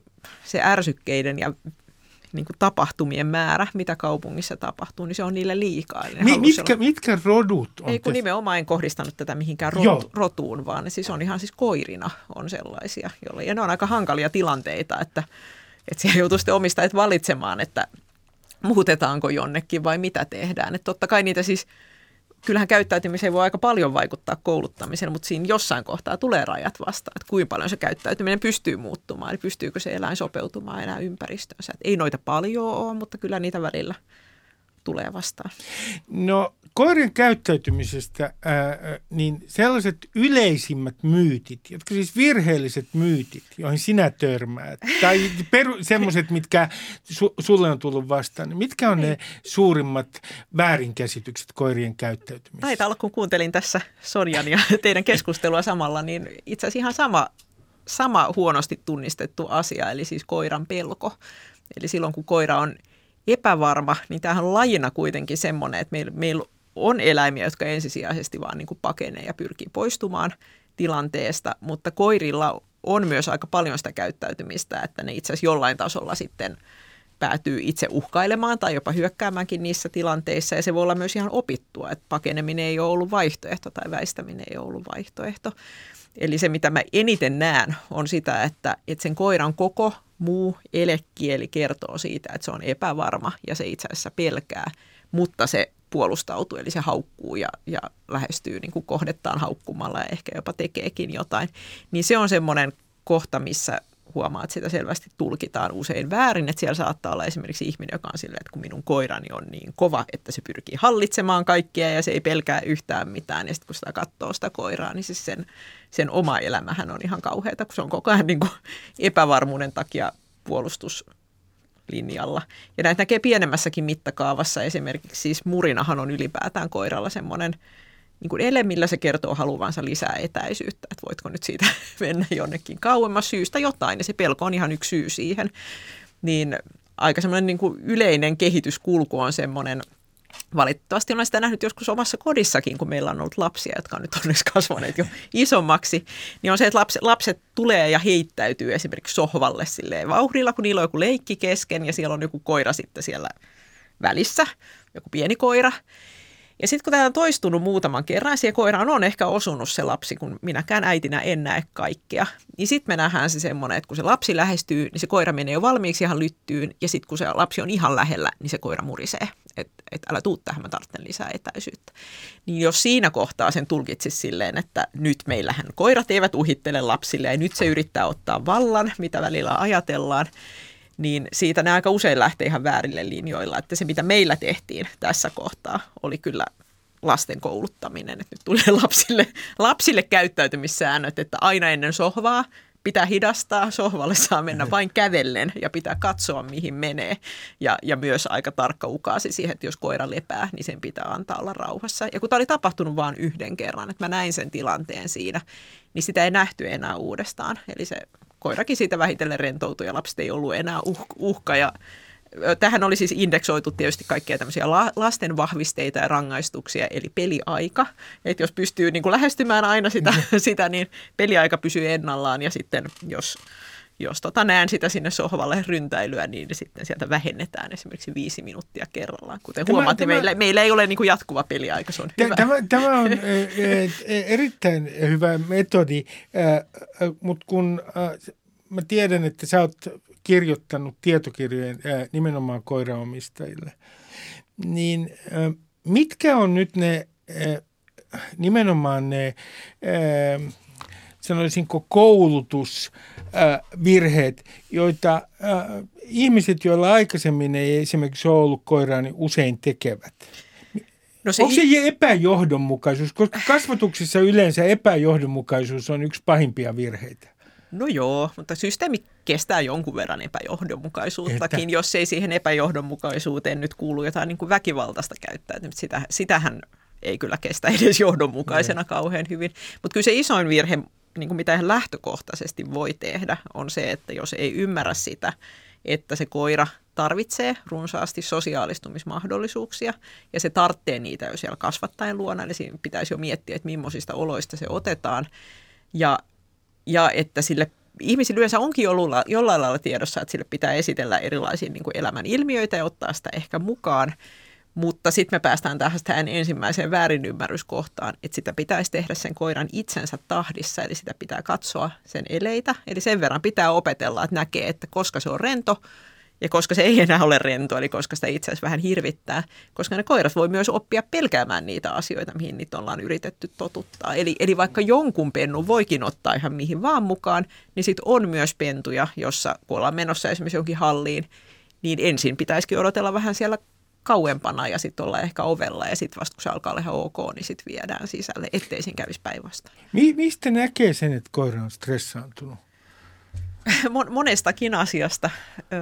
se ärsykkeiden ja niin kuin tapahtumien määrä, mitä kaupungissa tapahtuu, niin se on niille liikaa. Mitkä rodut on? Ei kun nimenomaan en kohdistanut tätä mihinkään rotuun, vaan siis on ihan siis koirina on sellaisia. Ja ne on aika hankalia tilanteita, että siellä joutuu sitten omistajat valitsemaan, että muutetaanko jonnekin vai mitä tehdään. Että totta kai niitä siis, kyllähän käyttäytymiseen voi aika paljon vaikuttaa kouluttamiseen, mutta siinä jossain kohtaa tulee rajat vastaan, että kuinka paljon se käyttäytyminen pystyy muuttumaan, eli pystyykö se eläin sopeutumaan enää ympäristöönsä. Että ei noita paljon ole, mutta kyllä niitä välillä tulee vastaan. No koirien käyttäytymisestä, niin sellaiset yleisimmät myytit, jotka siis virheelliset myytit, joihin sinä törmäät, tai semmoiset, mitkä sulle on tullut vastaan, niin mitkä on ne suurimmat väärinkäsitykset koirien käyttäytymisessä? Taitaa olla, kun kuuntelin tässä Sonjan ja teidän keskustelua samalla, niin itse asiassa ihan sama huonosti tunnistettu asia, eli siis koiran pelko. Eli silloin, kun koira on epävarma, niin tämähän on lajina kuitenkin semmoinen, että meillä on eläimiä, jotka ensisijaisesti vaan niin kuin pakenee ja pyrkii poistumaan tilanteesta, mutta koirilla on myös aika paljon sitä käyttäytymistä, että ne itse asiassa jollain tasolla sitten päätyy itse uhkailemaan tai jopa hyökkäämäänkin niissä tilanteissa, ja se voi olla myös ihan opittua, että pakeneminen ei ole ollut vaihtoehto tai väistäminen ei ole ollut vaihtoehto. Eli se, mitä mä eniten näen, on sitä, että sen koiran koko muu elekieli kertoo siitä, että se on epävarma ja se itse asiassa pelkää, mutta se puolustautuu, eli se haukkuu ja lähestyy niin kuin kohdettaan haukkumalla ja ehkä jopa tekeekin jotain. Niin se on semmoinen kohta, missä huomaa, että sitä selvästi tulkitaan usein väärin, että siellä saattaa olla esimerkiksi ihminen, joka on silleen, että kun minun koirani on niin kova, että se pyrkii hallitsemaan kaikkea ja se ei pelkää yhtään mitään, ja sitten kun sitä katsoo sitä koiraa, niin siis sen oma elämähän on ihan kauheata, kun se on koko ajan niin kuin epävarmuuden takia puolustuslinjalla. Ja näitä näkee pienemmässäkin mittakaavassa, esimerkiksi siis murinahan on ylipäätään koiralla semmoinen niin kuin ele, millä se kertoo haluavansa lisää etäisyyttä, että voitko nyt siitä mennä jonnekin kauemmas syystä jotain, ja se pelko on ihan yksi syy siihen. Niin aika semmoinen niin kuin yleinen kehityskulku on semmoinen, valitettavasti olen sitä nähnyt joskus omassa kodissakin, kun meillä on ollut lapsia, jotka on nyt onneksi kasvaneet jo isommaksi, niin on se, että lapset tulee ja heittäytyy esimerkiksi sohvalle silleen vauhdilla, kun niillä on joku leikki kesken, ja siellä on joku koira sitten siellä välissä, joku pieni koira. Ja sitten kun tämä on toistunut muutaman kerran, siihen koiraan on ehkä osunut se lapsi, kun minäkään äitinä en näe kaikkea. Niin sitten me nähdään se semmoinen, että kun se lapsi lähestyy, niin se koira menee jo valmiiksi ihan lyttyyn. Ja sitten kun se lapsi on ihan lähellä, niin se koira murisee. Että älä tuu tähän, mä tarvitsen lisää etäisyyttä. Niin jos siinä kohtaa sen tulkitsisi silleen, että nyt meillähän koirat eivät uhittele lapsille ja nyt se yrittää ottaa vallan, mitä välillä ajatellaan, niin siitä ne aika usein lähtee ihan väärille linjoilla, että se mitä meillä tehtiin tässä kohtaa oli kyllä lasten kouluttaminen, että nyt tulee lapsille käyttäytymissäännöt, että aina ennen sohvaa pitää hidastaa, sohvalle saa mennä vain kävellen ja pitää katsoa mihin menee ja myös aika tarkka ukaasi siihen, että jos koira lepää, niin sen pitää antaa olla rauhassa. Ja kun tämä oli tapahtunut vain yhden kerran, että mä näin sen tilanteen siinä, niin sitä ei nähty enää uudestaan, eli se koirakin siitä vähitellen rentoutui ja lapset ei ollut enää uhka ja Tähän oli siis indeksoitu tietysti kaikkea tämmöisiä lasten vahvisteita ja rangaistuksia, eli peliaika. Että jos pystyy niin kuin lähestymään aina sitä, niin peliaika pysyy ennallaan ja sitten jos näen sitä sinne sohvalle ryntäilyä, niin sitten sieltä vähennetään esimerkiksi 5 minuuttia kerrallaan. Kuten huomaatte, meillä ei ole niin kuin jatkuva peliaika, se on hyvä. Tämä on erittäin hyvä metodi, mutta kun mä tiedän, että sä oot kirjoittanut tietokirjojen nimenomaan koiraomistajille, niin mitkä on nyt ne nimenomaan ne sanoisinko koulutusvirheet, joita ihmiset, joilla aikaisemmin ei esimerkiksi ole ollut koiraa, niin usein tekevät? Onko se epäjohdonmukaisuus? Koska kasvatuksessa yleensä epäjohdonmukaisuus on yksi pahimpia virheitä. No joo, mutta systeemi kestää jonkun verran epäjohdonmukaisuuttakin, jos ei siihen epäjohdonmukaisuuteen nyt kuulu jotain niin kuin väkivaltaista käyttäytymistä. Sitähän ei kyllä kestä edes johdonmukaisena kauhean hyvin. Mutta kyllä se isoin virhe, niin kuin mitä lähtökohtaisesti voi tehdä, on se, että jos ei ymmärrä sitä, että se koira tarvitsee runsaasti sosiaalistumismahdollisuuksia ja se tarvitsee niitä jo siellä kasvattajan luona, eli siinä pitäisi jo miettiä, että millaisista oloista se otetaan ja että sille ihmisillä yleensä onkin jollain lailla tiedossa, että sille pitää esitellä erilaisia niin kuin elämän ilmiöitä ja ottaa sitä ehkä mukaan. Mutta sitten me päästään tähän ensimmäiseen väärinymmärryskohtaan, että sitä pitäisi tehdä sen koiran itsensä tahdissa, eli sitä pitää katsoa sen eleitä. Eli sen verran pitää opetella, että näkee, että koska se on rento ja koska se ei enää ole rento, eli koska sitä itse asiassa vähän hirvittää, koska ne koirat voi myös oppia pelkäämään niitä asioita, mihin niitä ollaan yritetty totuttaa. Eli vaikka jonkun pennun voikin ottaa ihan mihin vaan mukaan, niin sitten on myös pentuja, jossa kun ollaan menossa esimerkiksi jonkin halliin, niin ensin pitäisikin odotella vähän siellä kauempana ja sitten olla ehkä ovella ja sitten vasta kun se alkaa olla ihan ok, niin sitten viedään sisälle, ettei siinä kävisi päinvastoin. Mistä näkee sen, että koira on stressaantunut? Monestakin asiasta.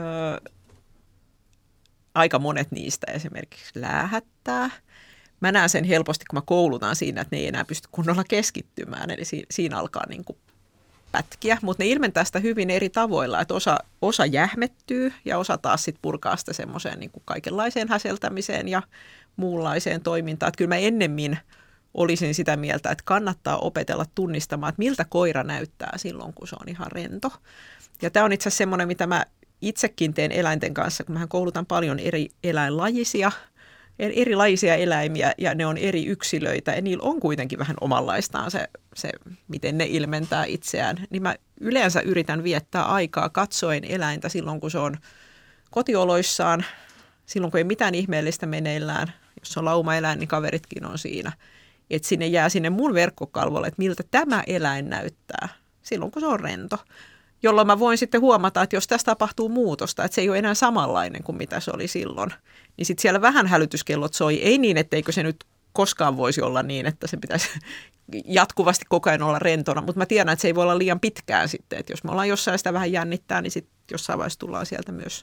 Aika monet niistä esimerkiksi läähättää. Mä näen sen helposti, kun mä koulutan siinä, että ne ei enää pysty kunnolla keskittymään, eli siinä alkaa niin kuin pätkiä, mutta ne ilmentää sitä hyvin eri tavoilla, että osa jähmettyy ja osa taas sit purkaa sitä semmoiseen niin kuin kaikenlaiseen häseltämiseen ja muunlaiseen toimintaan. Että kyllä mä ennemmin olisin sitä mieltä, että kannattaa opetella tunnistamaan, että miltä koira näyttää silloin, kun se on ihan rento. Ja tämä on itse asiassa semmoinen, mitä mä itsekin teen eläinten kanssa, kun mähän koulutan paljon eri eläinlajisia, erilaisia eläimiä ja ne on eri yksilöitä ja niillä on kuitenkin vähän omanlaistaan se, miten ne ilmentää itseään. Niin mä yleensä yritän viettää aikaa katsoen eläintä silloin, kun se on kotioloissaan, silloin kun ei mitään ihmeellistä meneillään. Jos on laumaeläin, niin kaveritkin on siinä. Että sinne jää sinne mun verkkokalvolle, että miltä tämä eläin näyttää silloin, kun se on rento. Jolloin mä voin sitten huomata, että jos tässä tapahtuu muutosta, että se ei ole enää samanlainen kuin mitä se oli silloin, niin sitten siellä vähän hälytyskellot soi. Ei niin, etteikö se nyt koskaan voisi olla niin, että se pitäisi jatkuvasti koko ajan olla rentona, mutta mä tiedän, että se ei voi olla liian pitkään sitten, että jos me ollaan jossain sitä vähän jännittää, niin sitten jossain vaiheessa tullaan sieltä myös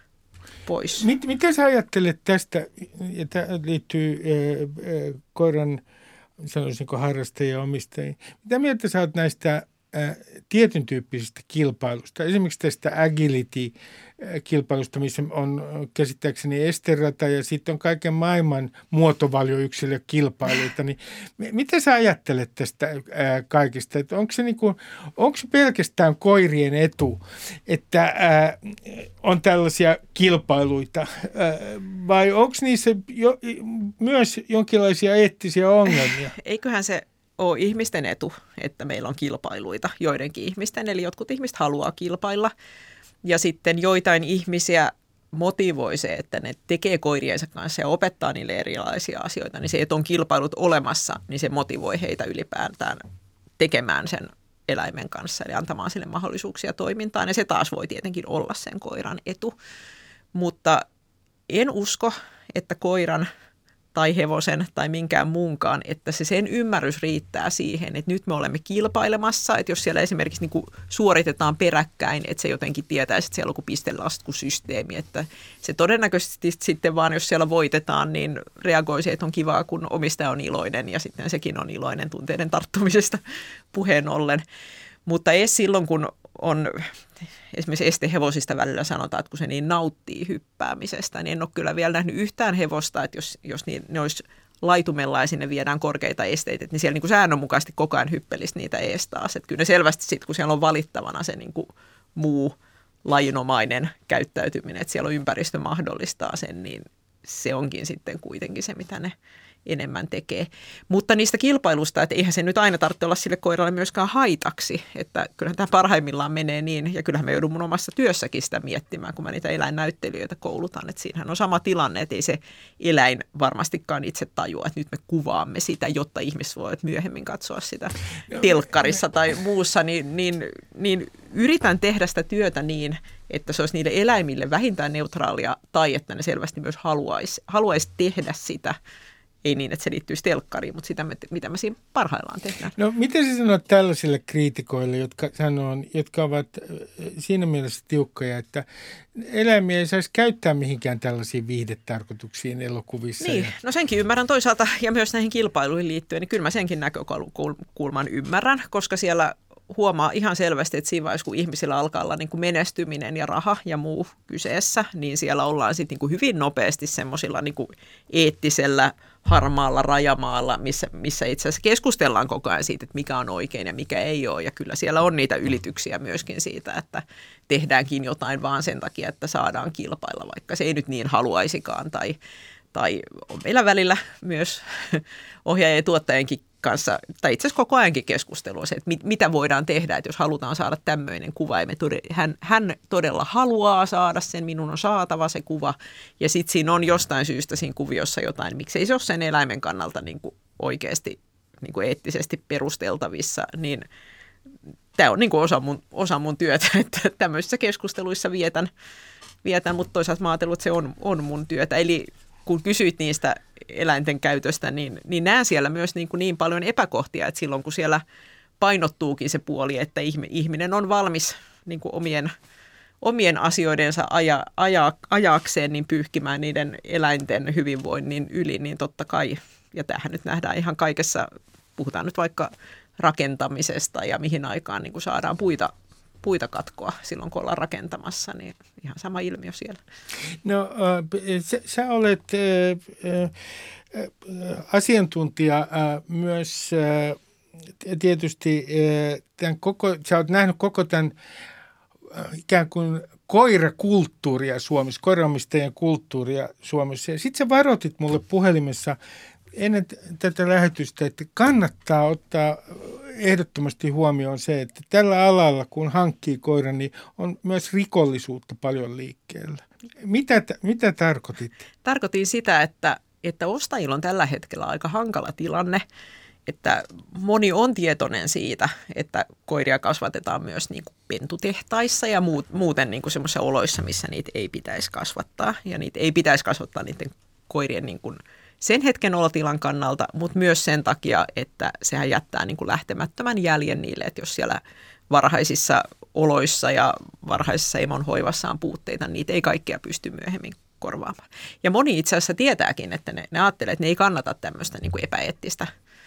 pois. Mitä sä ajattelet tästä, ja tämä liittyy koiran, sanoisinko harrastajia ja omistajia. Mitä mieltä sä oot näistä tietyn tyyppisistä kilpailusta, esimerkiksi tästä agility-kilpailusta, missä on käsittääkseni esterata ja sitten on kaiken maailman muotovalioyksilökilpailuita, niin mitä sä ajattelet tästä kaikista? Että onko se pelkästään koirien etu, että on tällaisia kilpailuita vai onko niissä myös jonkinlaisia eettisiä ongelmia? Eiköhän se ole ihmisten etu, että meillä on kilpailuita joidenkin ihmisten, eli jotkut ihmiset haluaa kilpailla ja sitten joitain ihmisiä motivoi se, että ne tekee koiriensa kanssa ja opettaa niille erilaisia asioita, niin se, että on kilpailut olemassa, niin se motivoi heitä ylipäätään tekemään sen eläimen kanssa, eli antamaan sille mahdollisuuksia toimintaan ja se taas voi tietenkin olla sen koiran etu, mutta en usko, että koiran tai hevosen tai minkään muunkaan, että se sen ymmärrys riittää siihen, että nyt me olemme kilpailemassa, että jos siellä esimerkiksi niin kuin suoritetaan peräkkäin, että se jotenkin tietäisi, että siellä on joku pistelaskusysteemi, että se todennäköisesti sitten vaan, jos siellä voitetaan, niin reagoisi, että on kivaa, kun omistaja on iloinen ja sitten sekin on iloinen tunteiden tarttumisesta puheen ollen. Mutta ei silloin, kun on esimerkiksi estehevosista välillä sanotaan, että kun se niin nauttii hyppäämisestä, niin en ole kyllä vielä nähnyt yhtään hevosta, että jos ne olisi laitumella ja sinne viedään korkeita esteitä, niin siellä niin kuin säännönmukaisesti koko ajan hyppelisi niitä ees taas. Että kyllä ne selvästi sitten, kun siellä on valittavana se niin kuin muu lajinomainen käyttäytyminen, että siellä on ympäristö mahdollistaa sen, niin se onkin sitten kuitenkin se, mitä ne enemmän tekee. Mutta niistä kilpailusta, että eihän se nyt aina tarvitse olla sille koiralle myöskään haitaksi, että kyllähän tämä parhaimmillaan menee niin, ja kyllähän me joudun mun omassa työssäkin sitä miettimään, kun mä niitä eläinnäyttelijöitä koulutan, että siinähän on sama tilanne, että ei se eläin varmastikaan itse tajua, että nyt me kuvaamme sitä, jotta ihmiset voivat myöhemmin katsoa sitä telkkarissa tai muussa, niin yritän tehdä sitä työtä niin, että se olisi niille eläimille vähintään neutraalia, tai että ne selvästi myös haluaisi tehdä sitä. Ei niin, että se liittyisi telkkariin, mutta sitä, mitä me siinä parhaillaan tehdään. No, miten sä sanot tällaisille kriitikoille, jotka ovat siinä mielessä tiukkoja, että eläimiä ei saisi käyttää mihinkään tällaisiin viihdetarkoituksiin elokuvissa? Niin, no senkin ymmärrän toisaalta, ja myös näihin kilpailuihin liittyen, niin kyllä mä senkin näkökulman ymmärrän, koska siellä huomaa ihan selvästi, että siinä vaiheessa, kun ihmisillä alkaa olla niin kuin menestyminen ja raha ja muu kyseessä, niin siellä ollaan sitten niin kuin hyvin nopeasti semmoisilla niin kuin eettisellä harmaalla rajamaalla, missä itse asiassa keskustellaan koko ajan siitä, että mikä on oikein ja mikä ei ole. Ja kyllä siellä on niitä ylityksiä myöskin siitä, että tehdäänkin jotain vaan sen takia, että saadaan kilpailla, vaikka se ei nyt niin haluaisikaan. Tai on meillä välillä myös ohjaajien ja tuottajienkin kanssa, tai itse asiassa koko ajankin keskustelua se, että mitä voidaan tehdä, että jos halutaan saada tämmöinen kuva, ja hän todella haluaa saada sen, minun on saatava se kuva, ja sitten siinä on jostain syystä siinä kuviossa jotain, miksei se ole sen eläimen kannalta niin kuin oikeasti niin kuin eettisesti perusteltavissa, niin tämä on niin kuin osa mun työtä, että tämmöisissä keskusteluissa vietän, mutta toisaalta mä ajattelin, että se on mun työtä, eli kun kysyit niistä eläinten käytöstä, niin näen siellä myös niin paljon epäkohtia, että silloin kun siellä painottuukin se puoli, että ihminen on valmis niin kuin omien asioidensa ajakseen niin pyyhkimään niiden eläinten hyvinvoinnin yli, niin totta kai, ja tämähän nyt nähdään ihan kaikessa, puhutaan nyt vaikka rakentamisesta ja mihin aikaan niin kuin saadaan puita katkoa silloin, kun ollaan rakentamassa, niin ihan sama ilmiö siellä. No, sä olet asiantuntija myös tietysti, sä olet nähnyt koko tämän ikään kuin koirakulttuuria Suomessa, koiranomistajien kulttuuria Suomessa. Ja sitten sä varoitit mulle puhelimessa ennen tätä lähetystä, että kannattaa ottaa ehdottomasti huomioon se, että tällä alalla, kun hankkii koiran, niin on myös rikollisuutta paljon liikkeellä. Mitä tarkoitit? Tarkoitin sitä, että ostajilla on tällä hetkellä aika hankala tilanne, että moni on tietoinen siitä, että koiria kasvatetaan myös niin kuin pentutehtaissa ja muuten niin kuin semmoisissa oloissa, missä niitä ei pitäisi kasvattaa. Ja niitä ei pitäisi kasvattaa niiden koirien niin kuin sen hetken olotilan kannalta, mutta myös sen takia, että sehän jättää niin kuin lähtemättömän jäljen niille, että jos siellä varhaisissa oloissa ja varhaisessa emon hoivassa on puutteita, niin niitä ei kaikkia pysty myöhemmin korvaamaan. Ja moni itse asiassa tietääkin, että ne ajattelee, että ne ei kannata tämmöistä niin kuin epäeettistä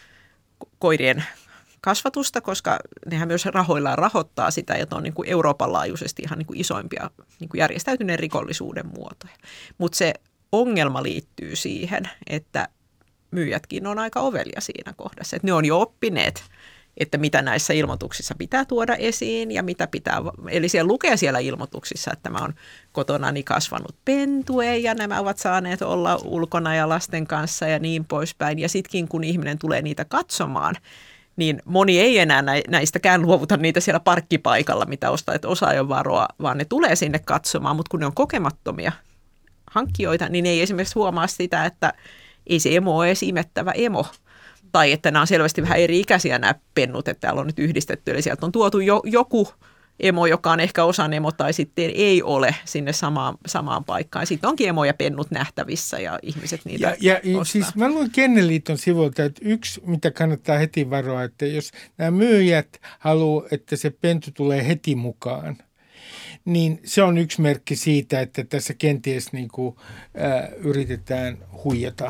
koirien kasvatusta, koska nehän myös rahoillaan rahoittaa sitä, ja on niin kuin Euroopan laajuisesti ihan niin kuin isoimpia niin kuin järjestäytyneen rikollisuuden muotoja. Mutta se ongelma liittyy siihen, että myyjätkin on aika ovelia siinä kohdassa. Että ne on jo oppineet, että mitä näissä ilmoituksissa pitää tuoda esiin ja mitä pitää, eli siellä lukee siellä ilmoituksissa, että tämä on kotonani kasvanut pentue ja nämä ovat saaneet olla ulkona ja lasten kanssa ja niin poispäin. Ja sittenkin kun ihminen tulee niitä katsomaan, niin moni ei enää näistäkään luovuta niitä siellä parkkipaikalla, mitä ostajat osaa jo varoa, vaan ne tulee sinne katsomaan, mutta kun ne on kokemattomia hankkijoita, niin ne ei esimerkiksi huomaa sitä, että ei se emo ole edes imettävä emo. Tai että nämä on selvästi vähän eri ikäisiä nämä pennut, että täällä on nyt yhdistetty. Eli sieltä on tuotu joku emo, joka on ehkä osan emo tai sitten ei ole sinne samaan paikkaan. Sitten onkin emo ja pennut nähtävissä ja ihmiset niitä ostaa. Siis mä luin Kennelliiton sivulta, että yksi, mitä kannattaa heti varoa, että jos nämä myyjät haluaa, että se pentu tulee heti mukaan, niin se on yksi merkki siitä, että tässä kenties niin kuin, yritetään huijata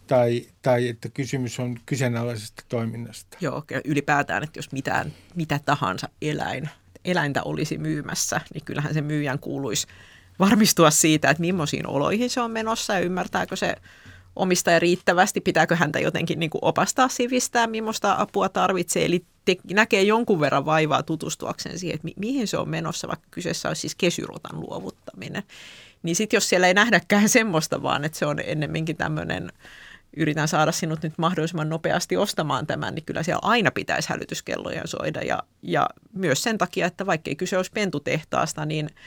tai että kysymys on kyseenalaisesta toiminnasta. Joo, ylipäätään, että jos mitä tahansa eläin, eläintä olisi myymässä, niin kyllähän se myyjän kuuluisi varmistua siitä, että millaisiin oloihin se on menossa ja ymmärtääkö se omistaja riittävästi, pitääkö häntä jotenkin niin kuin opastaa, sivistää, millaista apua tarvitsee, eli näkee jonkun verran vaivaa tutustuakseen siihen, että mihin se on menossa, vaikka kyseessä olisi siis kesyrotan luovuttaminen. Niin sitten jos siellä ei nähdäkään semmoista vaan, että se on ennemminkin tämmöinen, yritän saada sinut nyt mahdollisimman nopeasti ostamaan tämän, niin kyllä siellä aina pitäisi hälytyskellojen soida. Ja myös sen takia, että vaikkei kyse olisi pentutehtaasta,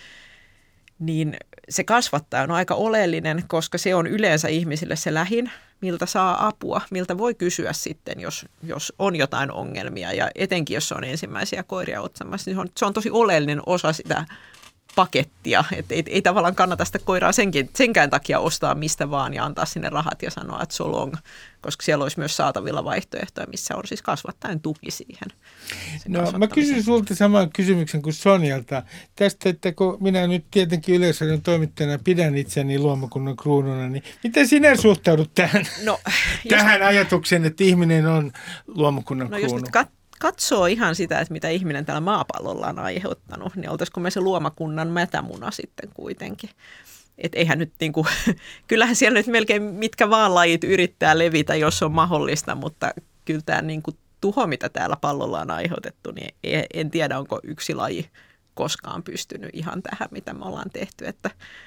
niin se kasvattaja on aika oleellinen, koska se on yleensä ihmisille se lähin, miltä saa apua, miltä voi kysyä sitten, jos on jotain ongelmia. Ja etenkin, jos on ensimmäisiä koiria ottamassa, niin se on tosi oleellinen osa sitä pakettia. Että ei tavallaan kannata sitä koiraa senkään takia ostaa mistä vaan ja antaa sinne rahat ja sanoa, että so long, koska siellä olisi myös saatavilla vaihtoehtoja, missä on siis kasvattajan tuki siihen. No mä kysyn sulta saman kysymyksen kuin Sonjalta tästä, että kun minä nyt tietenkin Yleisradion toimittajana pidän itseäni luomakunnan kruununa, niin miten sinä suhtaudut tähän, tähän ajatukseen, että ihminen on luomakunnan kruunu? Jos nyt katsoo ihan sitä, että mitä ihminen täällä maapallolla on aiheuttanut, niin oltaisiko me se luomakunnan mätämuna sitten kuitenkin. Että eihän nyt niinku, kyllähän siellä nyt melkein mitkä vaan lajit yrittää levitä, jos on mahdollista, mutta kyllä tämä niinku tuho, mitä täällä pallolla on aiheutettu, niin en tiedä, onko yksi laji koskaan pystynyt ihan tähän, mitä me ollaan tehty, että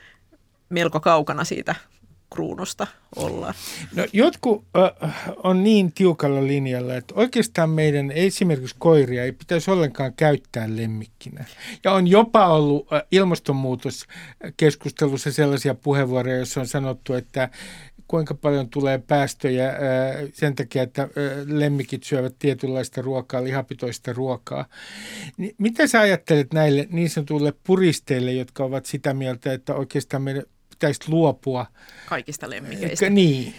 melko kaukana siitä kruunusta ollaan. No jotkut on niin tiukalla linjalla, että oikeastaan meidän esimerkiksi koiria ei pitäisi ollenkaan käyttää lemmikkinä. Ja on jopa ollut ilmastonmuutoskeskustelussa sellaisia puheenvuoroja, joissa on sanottu, että kuinka paljon tulee päästöjä sen takia, että lemmikit syövät tietynlaista ruokaa, lihapitoista ruokaa. Mitä sä ajattelet näille niin sanotuille puristeille, jotka ovat sitä mieltä, että oikeastaan meidän pitäisi luopua kaikista lemmikeistä? Niin.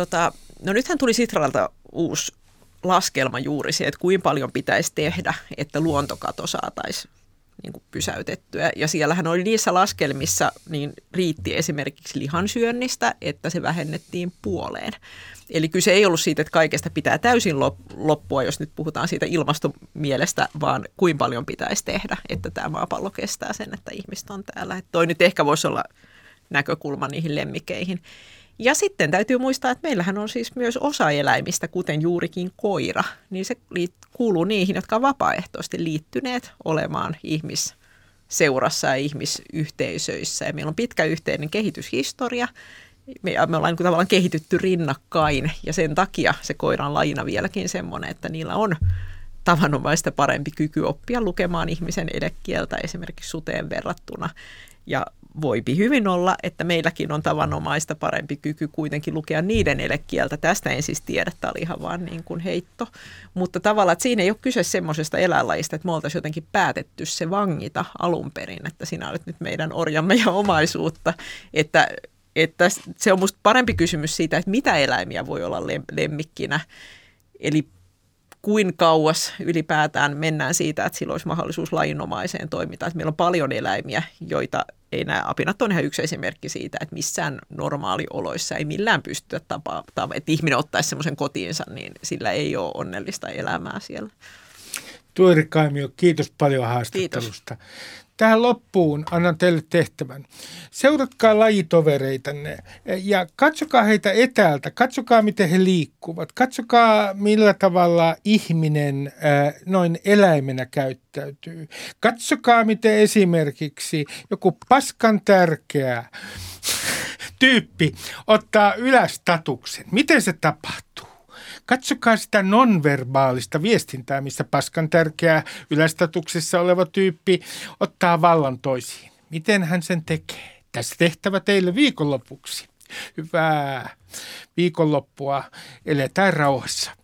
No nythän tuli Sitralta uusi laskelma juuri se, että kuinka paljon pitäisi tehdä, että luontokato saataisiin niin kuin pysäytettyä. Ja siellähän oli niissä laskelmissa, niin riitti esimerkiksi lihansyönnistä, että se vähennettiin puoleen. Eli kyse ei ollut siitä, että kaikesta pitää täysin loppua, jos nyt puhutaan siitä ilmastomielestä, vaan kuinka paljon pitäisi tehdä, että tämä maapallo kestää sen, että ihmiset on täällä. Että toi nyt ehkä voisi olla näkökulma niihin lemmikeihin. Ja sitten täytyy muistaa, että meillähän on siis myös osa eläimistä, kuten juurikin koira, niin se kuuluu niihin, jotka on vapaaehtoisesti liittyneet olemaan ihmisseurassa ja ihmisyhteisöissä. Ja meillä on pitkä yhteinen kehityshistoria. Me ollaan niin kuin tavallaan kehitytty rinnakkain ja sen takia se koira on lajina vieläkin semmoinen, että niillä on tavanomaista parempi kyky oppia lukemaan ihmisen elekieltä esimerkiksi suteen verrattuna. Ja voipi hyvin olla, että meilläkin on tavanomaista parempi kyky kuitenkin lukea niiden elekieltä. Tästä en siis tiedä, tämä oli ihan vaan niin kuin heitto. Mutta tavallaan, että siinä ei ole kyse semmoisesta eläinlajista, että me oltaisiin jotenkin päätetty se vangita alun perin, että sinä olet nyt meidän orjamme ja omaisuutta. Että se on musta parempi kysymys siitä, että mitä eläimiä voi olla lemmikkinä. Eli kuin kauas ylipäätään mennään siitä, että sillä olisi mahdollisuus lajinomaiseen toimintaan. Että meillä on paljon eläimiä, joita ei nämä apinat on ihan yksi esimerkki siitä, että missään normaalioloissa ei millään pystytä että ihminen ottaisi semmoisen kotiinsa, niin sillä ei ole onnellista elämää siellä. Tuiri Kaimio, kiitos paljon haastattelusta. Kiitos. Tähän loppuun annan teille tehtävän. Seuratkaa lajitovereitanne ja katsokaa heitä etäältä. Katsokaa, miten he liikkuvat. Katsokaa, millä tavalla ihminen noin eläimenä käyttäytyy. Katsokaa, miten esimerkiksi joku paskan tärkeä tyyppi ottaa ylästatuksen. Miten se tapahtuu? Katsokaa sitä nonverbaalista viestintää, missä paskan tärkeä ylästatuksessa oleva tyyppi ottaa vallan toisiin. Miten hän sen tekee? Tässä tehtävä teille viikonlopuksi. Hyvää viikonloppua. Eletään rauhassa.